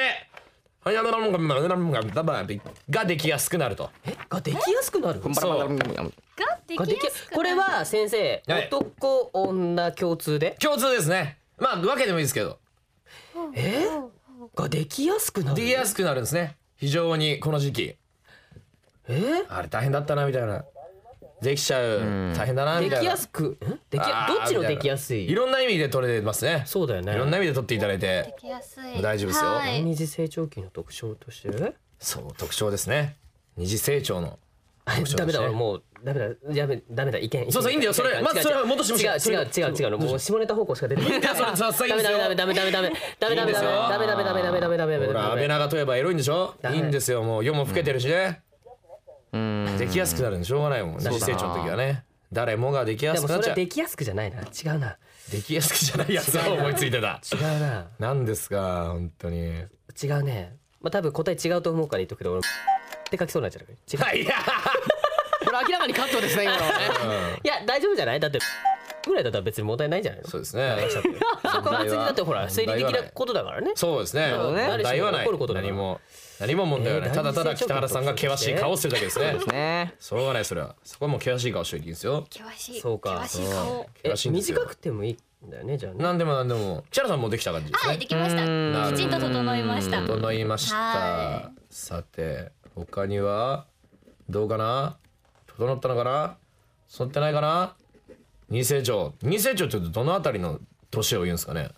Speaker 2: ができやすくなると
Speaker 3: ができやすくなる。
Speaker 2: そう
Speaker 6: がで
Speaker 3: ができ
Speaker 6: きやすく
Speaker 3: これは先生
Speaker 2: はい
Speaker 3: 男女共通で
Speaker 2: 共通ですねまあ分けてもいいですけど
Speaker 3: ができやすくなる。
Speaker 2: できやすくなるんですね非常にこの時期
Speaker 3: え？
Speaker 2: あれ大変だったなみたいなできちゃう大変だなみたいな
Speaker 3: できやすくんできや
Speaker 2: あー
Speaker 3: どっちのできやすい？
Speaker 2: いろんな意味で取れてますね
Speaker 3: そうだよね。
Speaker 2: いろんな意味で取っていただいて
Speaker 6: できやすい。
Speaker 2: 大丈夫ですよ
Speaker 6: はい。
Speaker 3: 第二次成長期の特徴として
Speaker 2: そう特徴ですね二次成長の特徴ですね
Speaker 3: ダメだ俺もうダメだやめダメだ意見
Speaker 2: そうそういいんだよそれまずそれは戻して
Speaker 3: 違う
Speaker 2: ほしい
Speaker 3: 違う違う違うのもう下ネタ方向しか出てこない
Speaker 2: いやそれささいいん
Speaker 3: ダメ
Speaker 2: ですよ
Speaker 3: ダメダメダメダメダメダメダメ
Speaker 2: いいんですよ
Speaker 3: ダメダメダメダメダメダメダメ
Speaker 2: ほら安倍長といえばエロいんでしょ
Speaker 3: ダメ
Speaker 2: いいんですよもう世も更けてるしねできやすくなるんでしょうがないもん二次成長の時はね誰もができや
Speaker 3: ですもそれは
Speaker 2: くなっちゃう
Speaker 3: できやすくじゃないな違うな
Speaker 2: できやすくじゃないやつを思いついてた
Speaker 3: 違うな
Speaker 2: 何ですか本当に
Speaker 3: 違うねまあ多分答え違うと思うから言っとくけど俺って書きそうになっちゃう違う
Speaker 2: いや
Speaker 4: これ明らかにカットですね今のはね
Speaker 3: いや大丈夫じゃないだってぐらいだったら別に問題ないんじゃないの
Speaker 2: そうですね
Speaker 3: そこは別にだってほら生理的なことだからね
Speaker 2: そうですね
Speaker 3: そうね
Speaker 2: 問題はない
Speaker 3: 起こることだから
Speaker 2: 何も何も問題はない
Speaker 3: えー
Speaker 2: ただただ北原さんが険しい顔をしてるだけですね
Speaker 4: ね
Speaker 2: しょうがないそれはそこはもう険しい顔していいんですよ
Speaker 6: 険しい。
Speaker 3: そうか
Speaker 6: 険しい顔。
Speaker 3: え
Speaker 2: 険しいんですよ
Speaker 3: 短くてもいいんだよねじゃあね
Speaker 2: 何でも何でも北原さんもできた感じです
Speaker 6: はい、
Speaker 2: ね
Speaker 6: できました。
Speaker 2: なるほど
Speaker 6: きちんと整いました。
Speaker 2: 整いました
Speaker 6: は
Speaker 2: さて他にはどうかな整ったのかな整ってないかな二次成長二次成長って言うとどのあたりの年を言うんですかね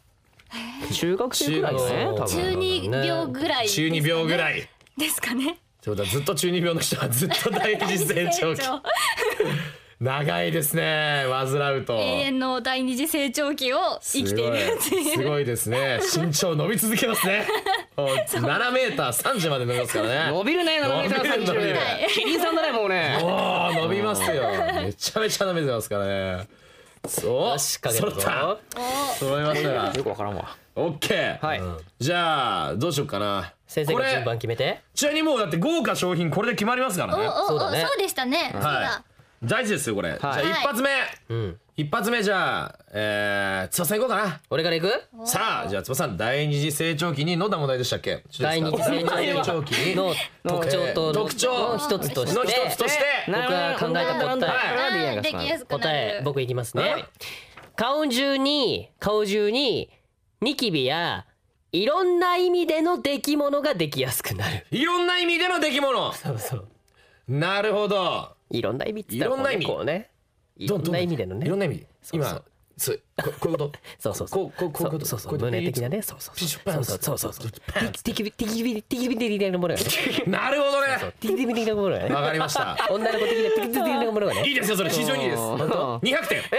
Speaker 4: 中学生ぐらいだね多分。
Speaker 6: 中二病ぐらいですかね。
Speaker 2: 中二病ぐらい
Speaker 6: ですかね。
Speaker 2: そうだ、ずっと中二病の人はずっと第二次成長期長いですね、患うと
Speaker 6: 永遠の第二次成長期を生きているっていう。
Speaker 2: すごいですね。身長伸び続けますね。ななメーターさんじゅうまで伸びますからね。
Speaker 4: 伸びるね、ななメーターさんじゅう。
Speaker 2: 伸びる
Speaker 4: キリンさんだねもうね。
Speaker 2: おー伸びますよ。めちゃめちゃ伸びてますからね。そう、
Speaker 3: しかけたぞ。
Speaker 2: 揃った揃いましたが
Speaker 4: よくわからんわ。
Speaker 2: オッケー。
Speaker 4: はい。
Speaker 2: じゃあどうしようかな。
Speaker 3: 先生が順番決めて。
Speaker 2: ちなみにもうだって豪華商品これで決まりますからね。
Speaker 6: おお
Speaker 3: そうだね
Speaker 6: そうでしたね。そうだ。
Speaker 2: はい大事ですよこれ。じゃあ一発目一発目じゃあえー翼さん行こうかな。
Speaker 3: 俺から行く？
Speaker 2: さあじゃあ翼さん第二次成長期にどんな問題でしたっけ。
Speaker 3: 第二次成長期の特徴と
Speaker 2: 特徴
Speaker 3: の一つとして
Speaker 2: の一つとして
Speaker 3: 僕が考えた答え
Speaker 6: あーできやすくなる。
Speaker 3: 答え僕いきますね
Speaker 2: はい。
Speaker 3: 顔中に顔中にニキビやいろんな意味での出来物ができやすくなる。
Speaker 2: いろんな意味での出来物。
Speaker 3: そうそう。
Speaker 2: なるほど。
Speaker 3: いろんな意味って言ったら
Speaker 2: いろんな意味
Speaker 3: こうね。いろんな意味でのね。
Speaker 2: いろんな意味。
Speaker 3: そうそう
Speaker 2: 今そうここういうこと。
Speaker 3: そうそうそう。
Speaker 2: こうこうこういうこと。
Speaker 3: そうそう
Speaker 2: こういうこと
Speaker 3: 胸的なね。そうそう
Speaker 2: ピシ
Speaker 3: そう。そう
Speaker 2: ュパンツ
Speaker 3: そうそうそう。テキビテキビテキビ的なものがね。
Speaker 2: なるほどね。
Speaker 3: テキビ的なものがね。
Speaker 2: わかりました。
Speaker 3: 女の子的なテキビ的なものがね。
Speaker 2: いいですよそれ非常にいいです。にひゃくてん。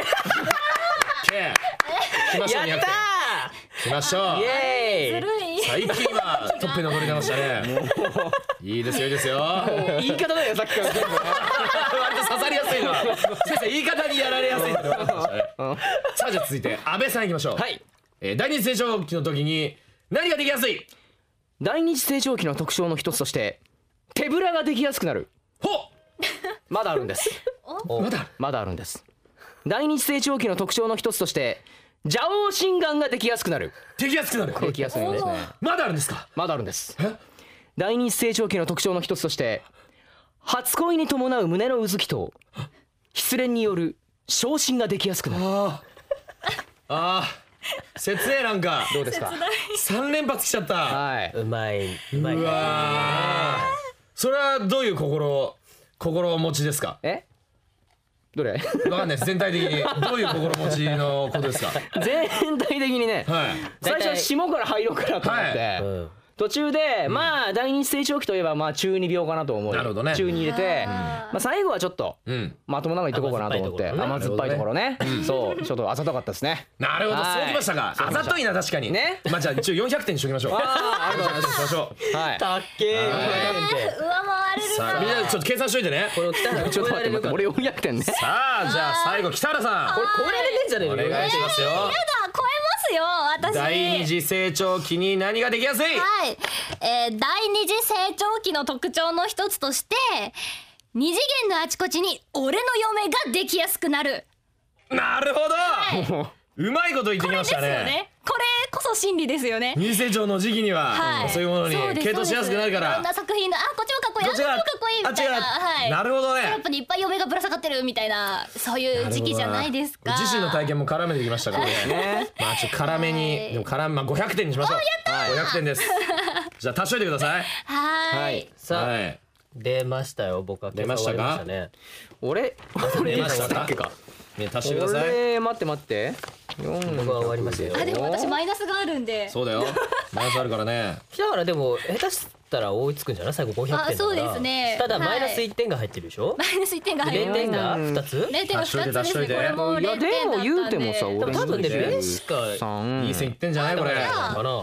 Speaker 2: 来ましょうにひゃくてん。来ましょう。
Speaker 3: イエーイ。
Speaker 6: ずるい。
Speaker 2: 最近はトップに躍り出ましたね。いいですよいいですよ。
Speaker 4: 言い方だよさっきから全部ね。
Speaker 2: 割と刺さりやすいの。先生言い方にやられやすいので分かってましたね。さあじゃあ続いて安倍さんいきましょう。
Speaker 4: はい。
Speaker 2: えー第二次成長期の時に何ができやすい。
Speaker 4: 第二次成長期の特徴の一つとして手ぶらができやすくなる。
Speaker 2: ほっ
Speaker 4: まだあるんです。
Speaker 2: まだ
Speaker 4: まだあるんです。第二次成長期の特徴の一つとして蛇王心眼ができやすくなる。
Speaker 2: できやすくなる。
Speaker 4: できやすいんですね。
Speaker 2: まだあるんですか。
Speaker 4: まだあるんです。第二次成長期の特徴の一つとして初恋に伴う胸のうずきと失恋による昇進ができやすくなる。
Speaker 2: ああああ切ねえなんか
Speaker 4: どうですか。
Speaker 2: 三連発きちゃった。
Speaker 4: はい。
Speaker 3: うまいうまいう
Speaker 2: わーそれはどういう心心持ちですか。
Speaker 4: えどれ
Speaker 2: わかんないです全体的にどういう心持ちのことですか。
Speaker 4: 全体的にね、
Speaker 2: はい
Speaker 4: 最初は下から入ろうかなと思って、
Speaker 2: はい
Speaker 3: うん
Speaker 4: 途中で、まあ第二次成長期といえばまあ中二病かなと思う。
Speaker 2: なるほどね
Speaker 4: 中に入れて、まあ最後はちょっと
Speaker 2: うん
Speaker 4: まともなの言ってこうかなと思って、甘
Speaker 3: 甘
Speaker 4: 酸っぱいところね。そうちょっとあざとかったですね。
Speaker 2: なるほど
Speaker 4: はい
Speaker 2: そうきましたか。あざといな確かに
Speaker 4: ね
Speaker 2: まあじゃあ一応よんひゃくてんにしときましょう。
Speaker 4: ああありがとうござい
Speaker 2: しましょう。
Speaker 4: ます。はい。
Speaker 3: たっけー。
Speaker 6: 上回れる
Speaker 2: さあみんなちょっと計算しといてね。
Speaker 3: これを北原
Speaker 4: ちょっと待って待って俺よんひゃくてんね。
Speaker 2: さあじゃあ最後北原さ
Speaker 3: これこれで出んじゃねえ
Speaker 2: んお
Speaker 3: の。
Speaker 2: 願いしますよ。
Speaker 6: やだ超えますよ私。
Speaker 2: 第二次成長期に何ができやすい。
Speaker 6: はい、えー、第二次成長期の特徴の一つとして二次元のあちこちに俺の嫁ができやすくなる。
Speaker 2: なるほどうまいこと言ってきました
Speaker 6: ですよ
Speaker 2: ね。
Speaker 6: ね。これこそ真理ですよね。
Speaker 2: 二次成長の時期には
Speaker 6: はい、
Speaker 2: そういうものに
Speaker 6: そうです
Speaker 2: 傾倒しやすくなるか
Speaker 6: いろん
Speaker 2: ら
Speaker 6: な作品のあこっちもかっこいいあっちも
Speaker 2: どっちが
Speaker 6: かっこいいみたいな。
Speaker 2: あっちが
Speaker 6: はい、
Speaker 2: なるほどね
Speaker 6: ストラップにいっぱい嫁がぶら下がってるみたいなそういう時期じゃないですか。
Speaker 2: 自身の体験も絡めてきましたからね。まあちょっと絡めに
Speaker 6: はい
Speaker 2: でも絡めまあごひゃくてんにしましょう。ごひゃくてんです。じゃあ足しといてください。
Speaker 6: はーい。
Speaker 4: はい。
Speaker 3: さあ
Speaker 2: はい。
Speaker 3: 出ましたよ僕は。
Speaker 2: 出ましたか
Speaker 3: ね。
Speaker 4: 俺俺
Speaker 2: 出ました
Speaker 4: だっけか。
Speaker 2: ね足してください。
Speaker 4: 俺待って待って。
Speaker 3: 僕は終わりましたよ。
Speaker 6: あでも私マイナスがあるんで。
Speaker 2: そうだよ。マイナスあるからね。
Speaker 3: 北原でも下手したら追いつくんじゃない最後ごひゃくてんだから。
Speaker 6: あそうですね
Speaker 3: ただ
Speaker 6: はい
Speaker 3: マイナスいってんが入ってるでしょ。
Speaker 6: マイナスいってんが入る。
Speaker 3: 零点がふたつ。
Speaker 6: 零点がふたつですね。
Speaker 2: 足しといて
Speaker 6: これも
Speaker 4: いや
Speaker 6: 零点だったんで。
Speaker 4: でも言うてもさ
Speaker 3: でも
Speaker 4: 俺
Speaker 3: 多分ね
Speaker 2: 俺
Speaker 3: ベしか
Speaker 4: 三
Speaker 2: いい線いってんじゃないこれ。
Speaker 3: かな。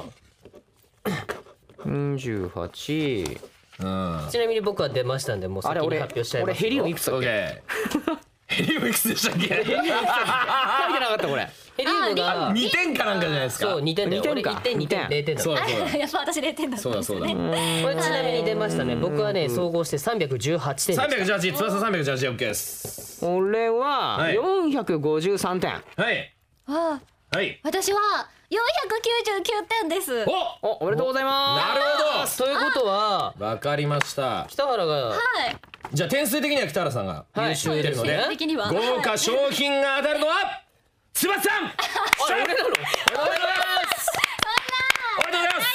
Speaker 4: にじゅうはち。
Speaker 2: うん。
Speaker 3: ちなみに僕は出ましたんでもう先に
Speaker 4: あれ俺
Speaker 3: 発表しちゃいますよ。
Speaker 4: 俺ヘリウムいくつだっけ。
Speaker 2: オッケー。ヘリウムいくつでしたっけ？
Speaker 4: 書いてなかったこれ。
Speaker 3: ヘリウムが
Speaker 2: にてんかなんかじゃないですか。
Speaker 3: そうにてんだよ。俺
Speaker 4: にてんか
Speaker 3: いってんにてん
Speaker 4: にてん
Speaker 3: れいてんだ。こ
Speaker 2: そうだそうだ。
Speaker 6: やっぱ私零点だったんですね。
Speaker 2: そうだそうだ。
Speaker 3: れちなみに出ましたね。僕はね総合してさんびゃくじゅうはちてんでした。
Speaker 2: 三百十八、翼三百十八、オッケーです。
Speaker 4: 俺
Speaker 2: は
Speaker 4: はいよんひゃくごじゅうさんてん。
Speaker 2: はい
Speaker 6: あ
Speaker 2: はい。
Speaker 6: 私はよんひゃくきゅうじゅうきゅうてんです。
Speaker 2: お、
Speaker 4: おおめでとうございま
Speaker 2: なるほ
Speaker 3: ということは
Speaker 2: ど。わかりました。
Speaker 3: 北原が
Speaker 6: はい。
Speaker 2: じゃあ点数的には北原さんが優秀ですので、
Speaker 6: 的には
Speaker 2: 豪華商品が当たるのは翼さん。
Speaker 3: あ俺なの。
Speaker 2: おめでとうございます。おめでとうございます。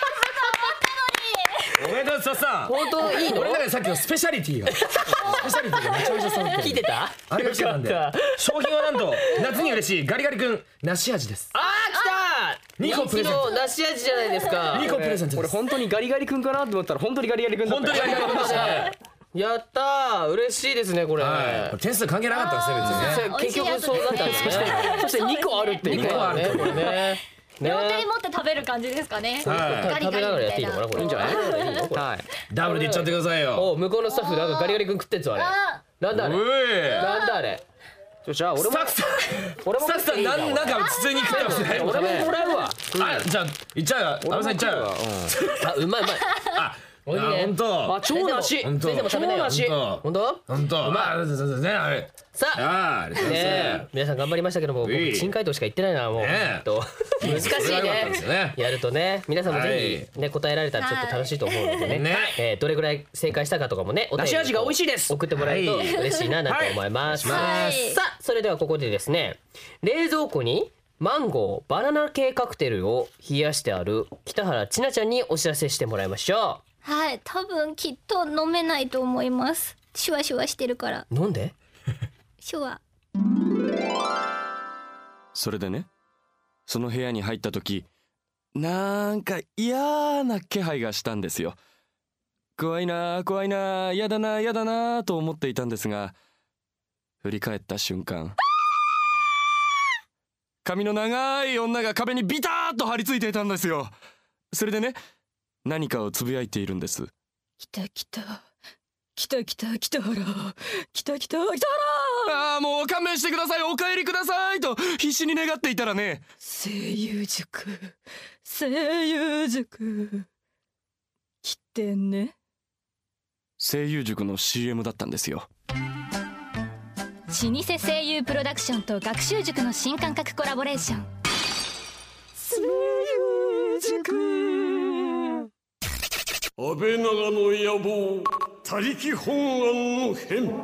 Speaker 2: おめでとう翼さん。
Speaker 3: 本当いいの
Speaker 2: 俺の中でさっきのスペシャリティがスペシャリティがめちゃめちゃ揃ってる。
Speaker 3: 聞いてた？
Speaker 2: あれが来てたんで
Speaker 3: よかった。
Speaker 2: 商品はなんと夏に嬉しいガリガリ君梨味です。
Speaker 3: あー来た。
Speaker 2: にこプレゼント。
Speaker 3: 梨味じゃないですか。
Speaker 2: にこプレゼント
Speaker 4: これ
Speaker 2: です。
Speaker 4: 本当にガリガリ君かなと思ったら本当にガリガリ君だった。
Speaker 2: 本当にありがとうございましたね。
Speaker 3: やったー、嬉しいですねこれ。
Speaker 2: はい。点数関係なかったですね別にね。
Speaker 3: 結局そうだったんですね。
Speaker 4: そしてにこあるっていうね。
Speaker 3: にこあるこれね。
Speaker 6: 両手に持って食べる感じですかね。
Speaker 2: はい
Speaker 6: ガリ
Speaker 3: 食べながらや
Speaker 6: ガリみたいな。
Speaker 3: っていいのかなこれ。
Speaker 4: いいんじゃない？
Speaker 3: いいのこれ。
Speaker 4: はい。
Speaker 2: ダブルでいっちゃってくださいよ。
Speaker 3: お、向こうのスタッフなんかガリガリ君食ってんぞあれ。
Speaker 6: あ
Speaker 3: なんだあれ。
Speaker 2: おい。
Speaker 3: なんだあれ。
Speaker 4: じゃあ俺も
Speaker 2: スタッフさん、
Speaker 3: 俺も
Speaker 2: スタッフさんなんなんか普通に食ってますね。
Speaker 3: 俺ももらうわ。
Speaker 2: あ、じゃあいっちゃうよ。安倍さんいっちゃうよ。
Speaker 3: あ、うまいうまい。
Speaker 2: あ、
Speaker 3: おいいね
Speaker 2: 本当。
Speaker 4: あ、超梨。
Speaker 2: 本当
Speaker 3: 先生も食べなよ。
Speaker 2: 本当
Speaker 3: 本当？
Speaker 2: 本当。まあ、ねあれ。
Speaker 3: さあ。
Speaker 2: ああ、ありがとうござい
Speaker 3: ね
Speaker 2: ま
Speaker 3: え、皆さん頑張りましたけども、僕
Speaker 2: うい
Speaker 3: 珍回答しか言ってないなもう。
Speaker 2: ねえ
Speaker 3: えっと難しい
Speaker 2: それは良かったですよ
Speaker 3: ね
Speaker 2: ね。
Speaker 3: やるとね、皆さんもぜひね答えられたらちょっと楽しいと思うのでね。
Speaker 2: ね
Speaker 3: えーどれぐらい正解したかとかもね、お便り
Speaker 4: 梨味が美味しいです。
Speaker 3: 送ってもらえると
Speaker 2: はい
Speaker 3: 嬉しいななんて思います。
Speaker 6: はい
Speaker 3: さあ、それではここでですね、冷蔵庫にマンゴーバナナ系カクテルを冷やしてある北原千奈ちゃんにお知らせしてもらいましょ
Speaker 6: はい、多分きっと飲めないと思います。シュワシュワしてるから。
Speaker 3: う。飲んで。
Speaker 6: シュワ。
Speaker 7: それでね、その部屋に入った時、なんか嫌な気配がしたんですよ。怖いな怖いな嫌だな嫌だなと思っていたんですが、振り返った瞬間、髪の長い女が壁にビターッと張り付いていたんですよ。それでね、何かをつぶやいているんです。
Speaker 8: 来た来た来た来た北原来た来た北原。
Speaker 7: ああ、もう勘弁してください、お帰りくださいと必死に願っていたらね、
Speaker 8: 声優塾声優塾来てね。
Speaker 7: 声優塾の シーエム だったんですよ。
Speaker 6: 老舗声優プロダクションと学習塾の新感覚コラボレーション。
Speaker 8: 声優塾。
Speaker 9: 安倍長の野望他力本願の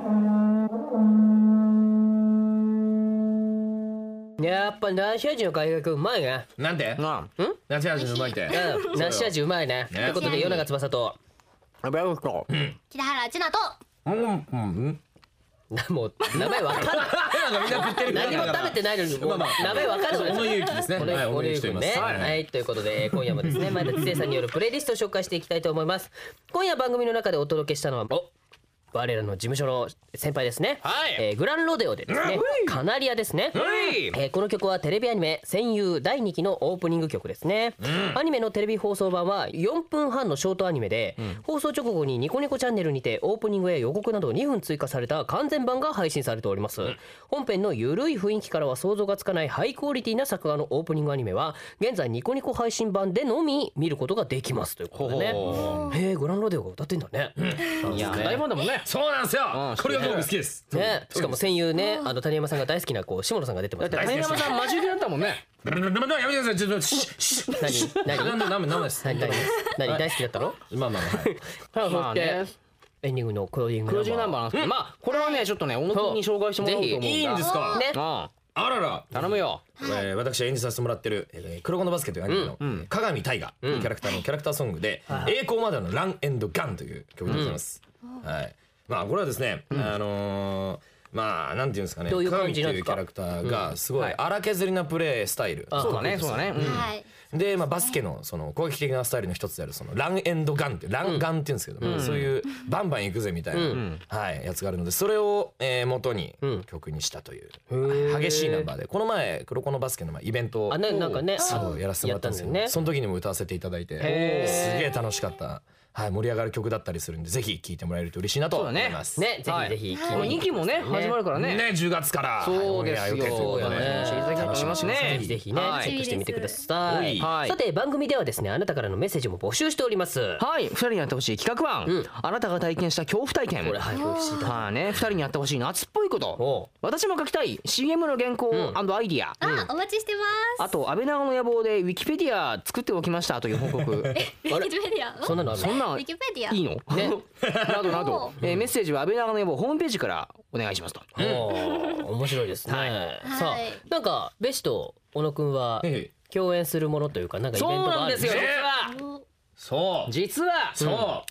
Speaker 9: 変。
Speaker 3: やっぱ梨味の開発うまいね。
Speaker 2: なんで？
Speaker 4: な
Speaker 3: うん？
Speaker 2: 夏味のうまいって。
Speaker 3: うん、梨味うまいね。ということで与永翼と
Speaker 4: あ、ベロッコ。
Speaker 6: 北原千奈と。
Speaker 2: うんうん。
Speaker 3: もう名前わかんない。
Speaker 2: なんかみんな食ってる。
Speaker 3: 何も食べてないのにもう
Speaker 2: まあまあ
Speaker 3: 名前わかんない。
Speaker 2: 小野勇気ですね。
Speaker 3: 小野
Speaker 2: はい、小野
Speaker 3: ゆうくんね。
Speaker 2: 勇気と言います。
Speaker 3: はい、ということで今夜もですね、前田知世さんによるプレイリストを紹介していきたいと思います。今夜番組の中でお届けしたのは、お、我らの事務所の先輩ですね。
Speaker 4: はい
Speaker 3: えーグランロデオでですね、カナリアですね。
Speaker 4: はい
Speaker 3: えーこの曲はテレビアニメ戦友だいにきのオープニング曲ですね。アニメのテレビ放送版はよんぷんはんのショートアニメで、放送直後にニコニコチャンネルにてオープニングや予告などにふん追加された完全版が配信されております。本編のゆるい雰囲気からは想像がつかないハイクオリティな作画のオープニングアニメは現在ニコニコ配信版でのみ見ることができますということでね。へえ、グランロデオが歌ってんだね。
Speaker 4: いや、大ファンだもんね。
Speaker 2: そうなんですよ。これが僕好きです。
Speaker 3: ね、しかも戦友ね、あの谷山さんが大好きなこう下野さんが出てますね。
Speaker 4: 谷山さん待ち受けだったもんね。
Speaker 2: やめてください。ちょっとシッシッ。
Speaker 3: 何何
Speaker 2: なんでなんでなんです。
Speaker 3: 何何何大好きだったの？
Speaker 2: まあまあまあ。はい。
Speaker 3: さあ、そして
Speaker 4: まあね、
Speaker 3: エンディングのクロージング
Speaker 4: クロージングナンバーなんですけど、まあこれはねちょっとね小野君に紹介してもらおうと思うんだ。
Speaker 3: ぜひ
Speaker 2: いいんですか。
Speaker 3: ね、
Speaker 4: あ
Speaker 2: あらら。
Speaker 4: あ、頼むよ。
Speaker 2: えー私が演じさせてもらってるえー黒子のバスケというアニメの鏡大河のキャラクターのキャラクターソングで栄光までのランエンドガンという曲でございます。はい。まあこれはですね、あのーまあなんていうんですかね、
Speaker 3: どういう感
Speaker 2: 鏡って
Speaker 3: じなんですか
Speaker 2: いうキャラクターがすごい荒削りなプレースタイル。
Speaker 4: そうだね、そうだね。うん
Speaker 6: はい。
Speaker 2: で、まあ、バスケのその攻撃的なスタイルの一つであるそのランエンドガンっていうランガンっていうんですけども、そういうバンバン行くぜみたいな、はい、やつがあるのでそれを、えー元に曲にしたという、激しいナンバーでこの前黒子のバスケのまあイベントを
Speaker 3: あね、なんかね、
Speaker 2: そうやらせてもらったんですけど、
Speaker 3: やったんだよね
Speaker 2: その時にも歌わせていただいてすげえ楽しかった、はい、盛り上がる曲だったりするんでぜひ聴いてもらえると嬉しいなと思います。
Speaker 3: ね、ぜひぜひ聞いてみてくださいね。
Speaker 4: にきもね始まるからね。
Speaker 2: ね、じゅうがつから
Speaker 4: そうですよ。
Speaker 2: はいオンエア予定ということで
Speaker 4: 楽しみにしていただきたいと思いますね。
Speaker 3: ぜひぜひね、
Speaker 4: はい
Speaker 3: チェックしてみてください。
Speaker 4: はい
Speaker 3: さて番組ではですね、あなたからのメッセージも募集しております。
Speaker 4: はい、ふたりにやってほしい企画案、
Speaker 3: うん
Speaker 4: あなたが体験した恐怖体験。
Speaker 3: これはい、不思議だ。
Speaker 4: はいね、ふたりにやってほしい夏っぽいこと。
Speaker 3: おう
Speaker 4: 私も書きたい シーエム の原稿アイディア。
Speaker 6: あ、お待ちしてます。
Speaker 4: あと安倍長の野望でウィキペディア作っておきましたという報告。
Speaker 6: ウィキペディア。
Speaker 3: そんなのあるの？
Speaker 4: そんな
Speaker 6: ウィキペディア。
Speaker 4: いいの？ね。などなど、えーメッセージは安倍長の野望ホームページからお願いしますと。
Speaker 3: おー面白いですね。さあ
Speaker 6: はい、
Speaker 3: なんかベシと小野くんは
Speaker 2: ええ
Speaker 3: 共演するものというかなんかイベントがあるんですよ。
Speaker 4: そう
Speaker 3: 実は
Speaker 2: そう
Speaker 4: 実は
Speaker 2: そう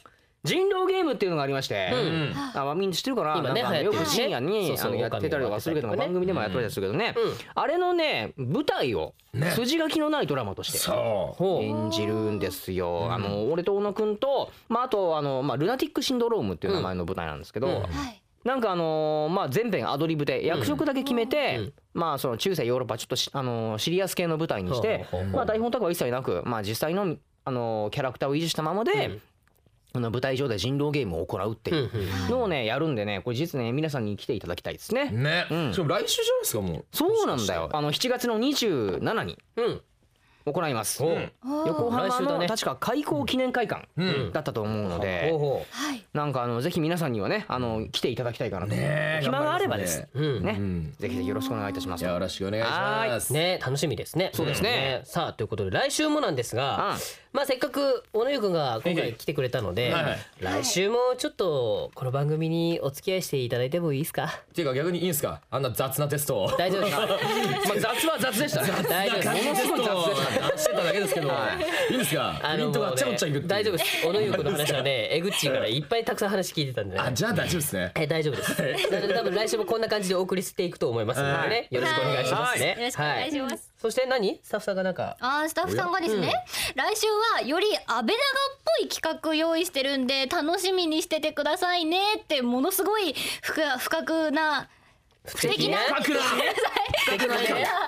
Speaker 4: 人狼ゲームっていうのがありまして、あまあみんな知ってるかな。
Speaker 3: 今ね
Speaker 4: なんかよく深夜にあのやってたりとかするけども、番組でもやってたりするけどね、あれのね舞台を筋書きのないドラマとして演じるんですよ。あの俺と小野くんと、まああとあのまあルナティックシンドロームっていう名前の舞台なんですけど。なんかあのまあ全編アドリブで役職だけ決めて、まあその中世ヨーロッパちょっとあのシリアス系の舞台にして、まあ台本とかは一切なく、まあ実際のあのキャラクターを維持したままで、あの舞台上で人狼ゲームを行うっていうのをねやるんでね、これ実ね皆さんに来ていただきたいですね。
Speaker 2: ね。しかも来週じゃないですかもう。
Speaker 4: そうなんだよ。あのしちがつのにじゅうしちにち行います。横浜の確か開港記念会館だったと思うので、なんかあのぜひ皆さんにはねあの来ていただきたいかなと。暇があればですね、ぜひぜひよろしくお願いいたします。
Speaker 2: よろしくお願いします。
Speaker 3: ね、楽しみですね。
Speaker 4: そうですね。
Speaker 3: さあということで来週もなんですが、まあせっかく小野湯くんが今回来てくれたので、来週もちょっとこの番組にお付き合いしていただいてもいいですか。
Speaker 2: っていうか逆にいいんですか、あんな雑なテストを。
Speaker 3: 大丈夫です。まあ
Speaker 4: 雑は雑でしたね。
Speaker 3: 大丈夫です。
Speaker 2: ものすごい雑でした。してただけですけど、いいんですか。ピントがちゃもちゃいくって。
Speaker 3: 大丈夫です。小野湯くんの話はね、エグッチーからいっぱいたくさん話聞いてたんでね。
Speaker 2: あ、じゃあ大丈夫ですね。
Speaker 3: え、大丈夫です。多分来週もこんな感じでお送りしていくと思いますのでね、よろしくお願いしますね。
Speaker 6: よろしくお願いします。
Speaker 3: そして何？スタッフさんがなんか。
Speaker 6: あー、スタッフさんがですね、来週はより安倍長っぽい企画用意してるんで楽しみにしててくださいねって、ものすごい不可不覚な素敵な
Speaker 2: 深くな
Speaker 3: 深くな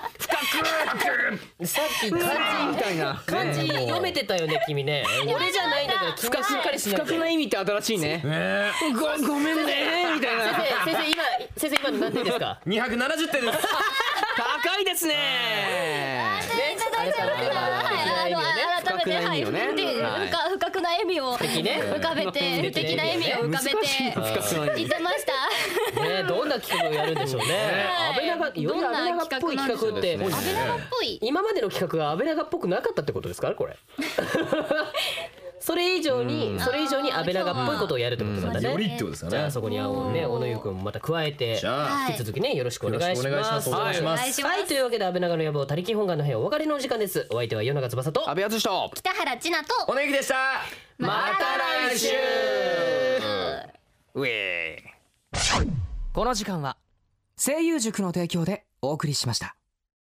Speaker 3: さっき漢字みたいな漢字読めてたよね君ね。俺じゃないんだから深くしっかりしな
Speaker 4: 深くな意味って新しいね。ごごめんねみたいな。
Speaker 3: 先生先生今先生今の何点ですか。
Speaker 2: にひゃくななじゅってんです。
Speaker 4: 高いですね。
Speaker 6: 改めてはい不覚な笑みを浮かべて素敵な笑みを浮かべて言ってました。
Speaker 3: ね、どんな企画をやるんでしょうね。安倍長どんな安倍長っぽい企画って
Speaker 6: 安倍長っぽい
Speaker 3: 今までの企画が安倍長っぽくなかったってことですかこれ。それ以上にそれ以上に安倍長っぽいことをやるってことなんだね。
Speaker 2: よりってことですよね。
Speaker 3: じゃあそこにあおね小野湯くんもまた加えて引き続きねよろしくお願いします。
Speaker 2: お願いします。
Speaker 3: はい、というわけで安倍長の野望他力本願の部屋お別れのお時間です。お相手は与永翼と
Speaker 4: 安倍敦と
Speaker 6: 北原千奈と
Speaker 2: 小野ゆきでした。
Speaker 6: また来週。
Speaker 4: うえーこの時間は声優塾の提供でお送りしました。